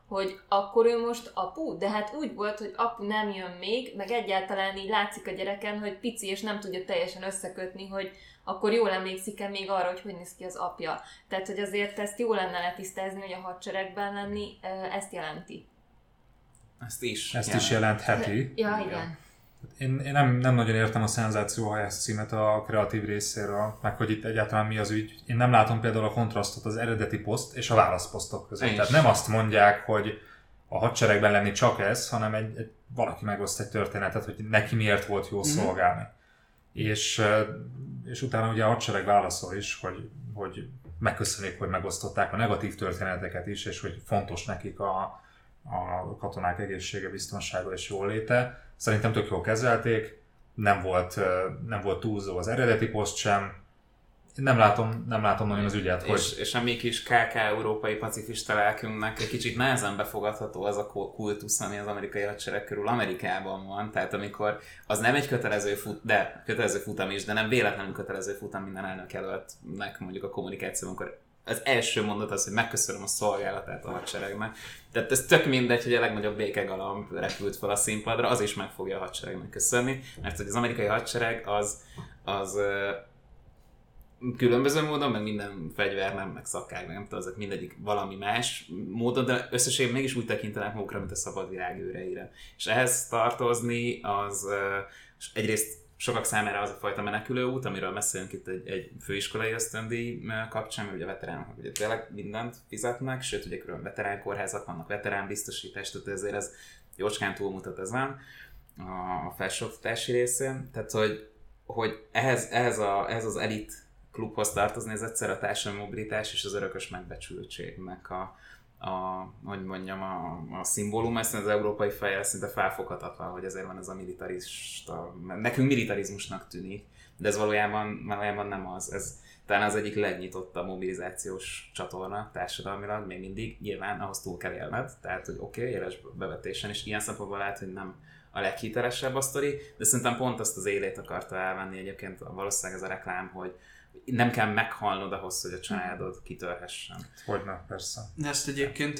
hogy akkor ő most apu, de hát úgy volt, hogy apu nem jön még, meg egyáltalán így látszik a gyereken, hogy pici, és nem tudja teljesen összekötni, hogy akkor jól emlékszik-e még arra, hogy néz ki az apja. Tehát, hogy azért ezt jó lenne letisztázni, hogy a hadseregben lenni, ezt jelenti. Ezt is jelentheti. Ja, igen. Én nem nagyon értem a szenzációhajház címet a kreatív részéről, meg hogy itt egyáltalán mi az ügy. Én nem látom például a kontrasztot az eredeti poszt és a válaszposztok között. Tehát nem azt mondják, hogy a hadseregben lenni csak ez, hanem valaki megoszt egy történetet, hogy neki miért volt jó szolgálni. És utána ugye a hadsereg válaszol is, hogy megköszönik, hogy megosztották a negatív történeteket is, és hogy fontos nekik a katonák egészsége, biztonsága és jóléte. Szerintem tök jól kezelték, nem volt túlzó az eredeti poszt sem. Nem látom nagyon az ügyet, hogy... És a mi kis KK európai pacifista lelkünknek egy kicsit nehezen befogadható az a kultusz, ami az amerikai hadsereg körül Amerikában van. Tehát amikor az nem egy kötelező futam is, de nem véletlenül kötelező futam minden elnök jelöltnek mondjuk a kommunikációban, amikor az első mondat az, hogy megköszönöm a szolgálatát a hadseregnek. Tehát ez tök mindegy, hogy a legnagyobb békegalamb repült fel a színpadra, az is meg fogja a hadseregnek köszönni, mert hogy az amerikai hadsereg az különböző módon, meg minden fegyver nem, meg szakág, nem tudom, azok mindegyik valami más módon, de összességében mégis úgy tekintenek magukra, mint a szabad világ őreire. És ehhez tartozni az egyrészt sokak számára az a fajta menekülőút, amiről beszélünk itt egy főiskolai ösztöndíj kapcsán, mert ugye a veteránok ugye tényleg mindent fizetnek, sőt ugye külön veteránkórházak vannak, veteránbiztosítás, tehát ezért ez jócskán túlmutat ezen a felsőoktatási részén. Tehát, hogy ehhez az elit klubhoz tartozni, ez egyszer a társadalmi mobilitás és az örökös megbecsültségnek a szimbóluma, ezt az európai fejjel szinte felfoghatatlan, hogy ezért van ez a militarista, nekünk militarizmusnak tűnik, de ez valójában nem az. Ez talán az egyik legnyitottabb mobilizációs csatorna társadalmilag, még mindig, nyilván ahhoz túl kell élned, tehát hogy oké, éles bevetésen, és ilyen szempontból lehet, hogy nem a leghitelesebb a sztori, de szerintem pont azt az élét akarta elvenni egyébként valószínűleg ez a reklám, hogy nem kell meghalnod ahhoz, hogy a családod kitörhessen. Hogyne, persze. De ezt egyébként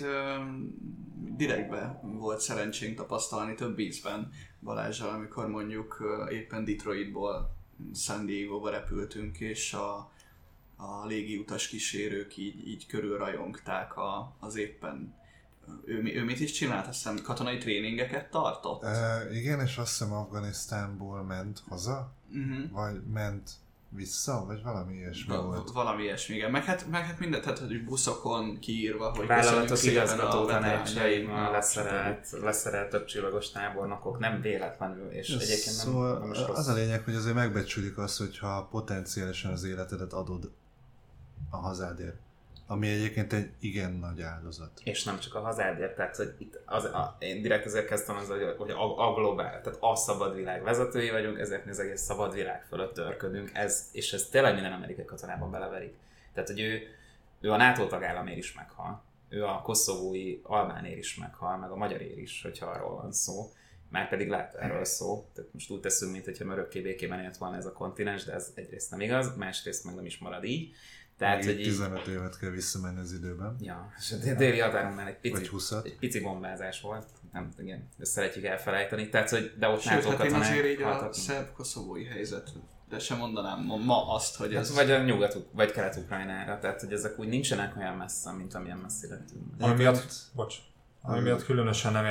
direktbe volt szerencsénk tapasztalni több ízben Balázsral, amikor mondjuk éppen Detroitból San Diego-ba repültünk, és a légiutas kísérők így körül rajongták az éppen... Ő mit is csinált? Azt hiszem katonai tréningeket tartott? Igen, és azt hiszem Afganisztánból ment haza, vagy ment vissza, vagy valami ilyesmi volt. Valami ilyesmi, igen. Meg hát mindent, tehát hogy buszokon kiírva, hogy vállalatok igazgató tanácsaimmal leszerelt többcsillagos tábornokok, nem véletlenül, és egyébként szóval nem is rossz. Az a lényeg, hogy azért megbecsülik azt, hogyha potenciálisan az életedet adod a hazádért. Ami egyébként egy igen nagy áldozat. És nem csak a hazádért, tehát hogy itt én direkt ezért kezdtem azzal, hogy a globál, tehát a szabad világ vezetői vagyunk, ezért mi az egész szabad világ fölött törködünk, és ez tényleg minden amerikai katonában beleverik. Tehát, hogy ő a NATO tagállamért is meghal, ő a koszovói albánér is meghal, meg a magyarér is, hogyha arról van szó. Márpedig lehet erről szó, tehát most úgy teszünk, mintha örökké békében élt volna ez a kontinens, de ez egyrészt nem igaz, másrészt meg nem is marad így. Tehát, hogy 15 évet kell visszamenni az időben. Ja, és a déli határunknál egy pici bombázás volt. Nem, igen, ezt szeretjük elfelejteni. Tehát, hogy de ott NATO katonák... Sőt, hát én azért így a szerb-koszovói helyzet, de sem mondanám ma azt, hogy ez... Vagy a vagy Kelet-Ukrajnára, tehát, hogy ezek úgy nincsenek olyan messze, mint amilyen messzi lettünk. Ami miatt különösen nem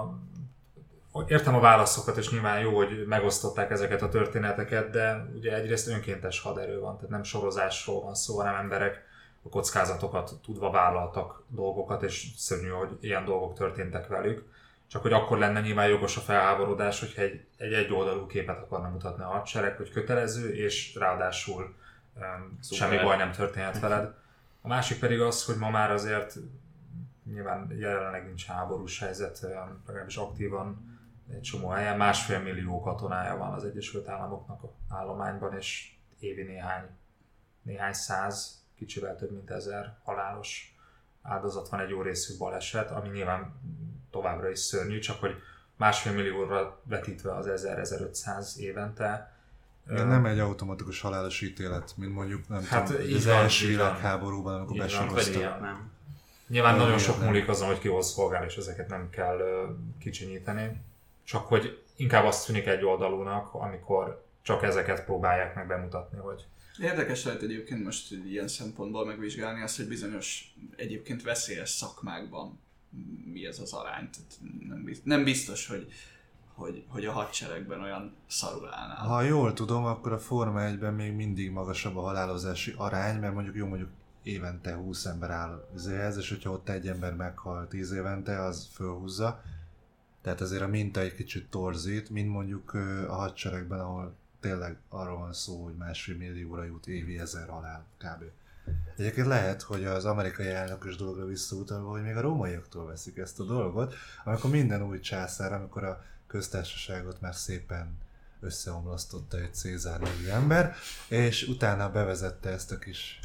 értem a válaszokat, és nyilván jó, hogy megosztották ezeket a történeteket, de ugye egyrészt önkéntes haderő van, tehát nem sorozásról van szó, hanem emberek a kockázatokat tudva vállaltak dolgokat, és szörnyű, hogy ilyen dolgok történtek velük. Csak hogy akkor lenne nyilván jogos a felháborodás, hogyha egy egyoldalú képet akarna mutatni a hadsereg, hogy kötelező, és ráadásul semmi baj nem történhet veled. A másik pedig az, hogy ma már azért nyilván jelenleg nincs háborús helyzet, legalábbis aktívan egy csomó helyen, 1,5 millió katonája van az Egyesült Államoknak a állományban, és évi néhány száz, kicsivel több mint 1000 halálos áldozat van, egy jó részű baleset, ami nyilván továbbra is szörnyű, csak hogy 1,5 millióra vetítve az 1000-1500 évente. De nem egy automatikus halálos ítélet, mint mondjuk nem hát tudom, az első világháborúban, amikor besoroztak. Nyilván nagyon sok múlik azon, hogy ki hoz szolgál, és ezeket nem kell kicsinyíteni. Csak hogy inkább azt tűnik egy oldalúnak, amikor csak ezeket próbálják meg bemutatni, hogy... Érdekes lehet egyébként most ilyen szempontból megvizsgálni azt, hogy bizonyos egyébként veszélyes szakmákban mi ez az arány. Tehát nem biztos, hogy a hadseregben olyan szarul állnál. Ha jól tudom, akkor a Forma 1-ben még mindig magasabb a halálozási arány, mert mondjuk évente 20 ember áll ezért, és hogyha ott egy ember meghal 10 évente, az fölhúzza. Tehát azért a minta egy kicsit torzít, mint mondjuk a hadseregben, ahol tényleg arról van szó, hogy 1,5 millióra jut évi 1000 halál kb. Egyébként lehet, hogy az amerikai elnökös dologra visszautalva, hogy még a rómaiaktól veszik ezt a dolgot, amikor minden új császár, amikor a köztársaságot már szépen összeomlasztotta egy Cézár nevű ember, és utána bevezette ezt a kis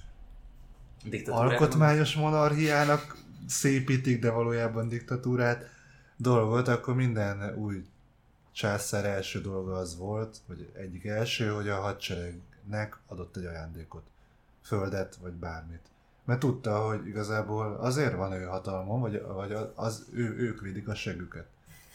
alkotmányos monarchiának szépítik, de valójában diktatúrát dolgot, akkor minden új császár első dolga az volt, vagy egyik első, hogy a hadseregnek adott egy ajándékot. Földet, vagy bármit. Mert tudta, hogy igazából azért van ő hatalmon, vagy ők védik a següket.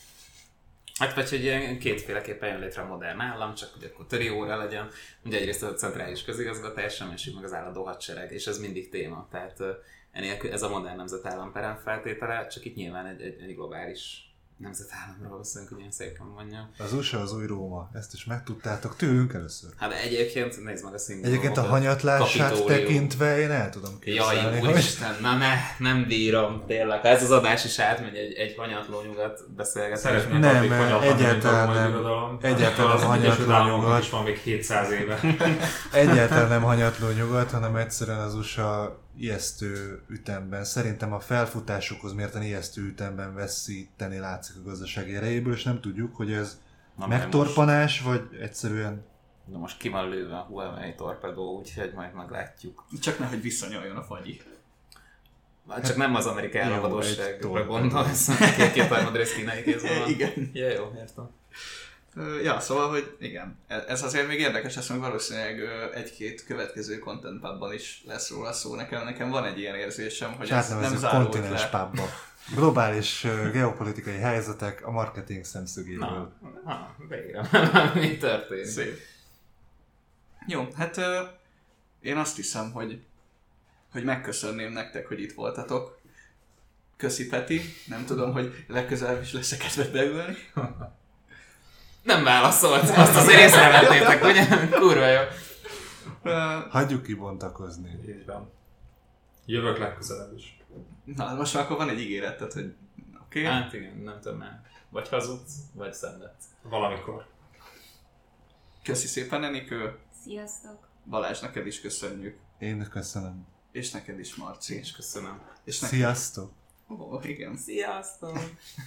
Hát vagy, hogy ilyen kétféleképpen jön létre a modern állam, csak hogy akkor töri óra legyen. Ugye egyrészt a centrális közigazgatás, a másik meg az állandó hadsereg, és ez mindig téma. Tehát enélkül ez a modern nemzetállam peremfeltétele, csak itt nyilván egy globális nemzetállamról beszélünk, hogy ilyen szépen mondjam. Az USA az új Róma, ezt is megtudtátok tőlünk először. Hát egyébként nézd meg a színvonalot. Egyébként a hanyatlását tekintve én el tudom képzelni. Jaj, úristen, nem bírom, tényleg. Ha ez az adás is átmegy egy hanyatló nyugat beszélgetés. Nem, egyáltalán hanyatló nyugat. És van még 700 éve. Egyáltalán nem hanyatló nyugat, hanem egyszerűen az USA ijesztő ütemben, szerintem a felfutásukhoz mérten ijesztő ütemben veszíteni látszik a gazdasági erejéből, és nem tudjuk, hogy ez megtorpanás, vagy egyszerűen... Na most ki van lőve a Huawei torpedó, úgyhogy majd meglátjuk. Csak nehogy visszanyaljon a fagyi. Csak nem az amerikai államadóságra gondolsz, két harmadrész kínai kézben van. Igen. Ja, jó, értem. Ja, szóval, hogy igen, ez azért még érdekes, ezt meg valószínűleg egy-két következő Content Pubban is lesz róla szó. Nekem van egy ilyen érzésem, hogy ez nem zárult kontinens le. pubba. Globális geopolitikai helyzetek a marketing szemszögéből. Végre. Mi történik? Szép. Jó, hát én azt hiszem, hogy megköszönném nektek, hogy itt voltatok. Köszi, Peti. Nem tudom, hogy legközelebb is lesz-e kedved beülni. Nem válaszolt, azt azért észrevettétek, ugye? Kurva jó. Hagyjuk kibontakozni. Így van. Jövök legközelebb is. Na, most már akkor van egy ígéreted, hogy oké? Okay. Hát igen, nem tudom már. Vagy hazudsz, vagy szenvedsz. Valamikor. Köszi szépen, Enikő. Sziasztok! Balázs, neked is köszönjük. Én köszönöm. És neked is, Marci. És köszönöm. És Sziasztok! Ó, igen. Sziasztok!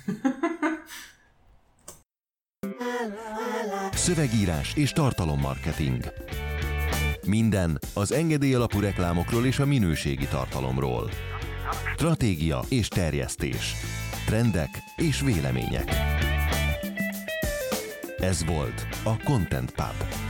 Szövegírás és tartalommarketing. Minden az engedély alapú reklámokról és a minőségi tartalomról. Stratégia és terjesztés. Trendek és vélemények. Ez volt a Content Pub.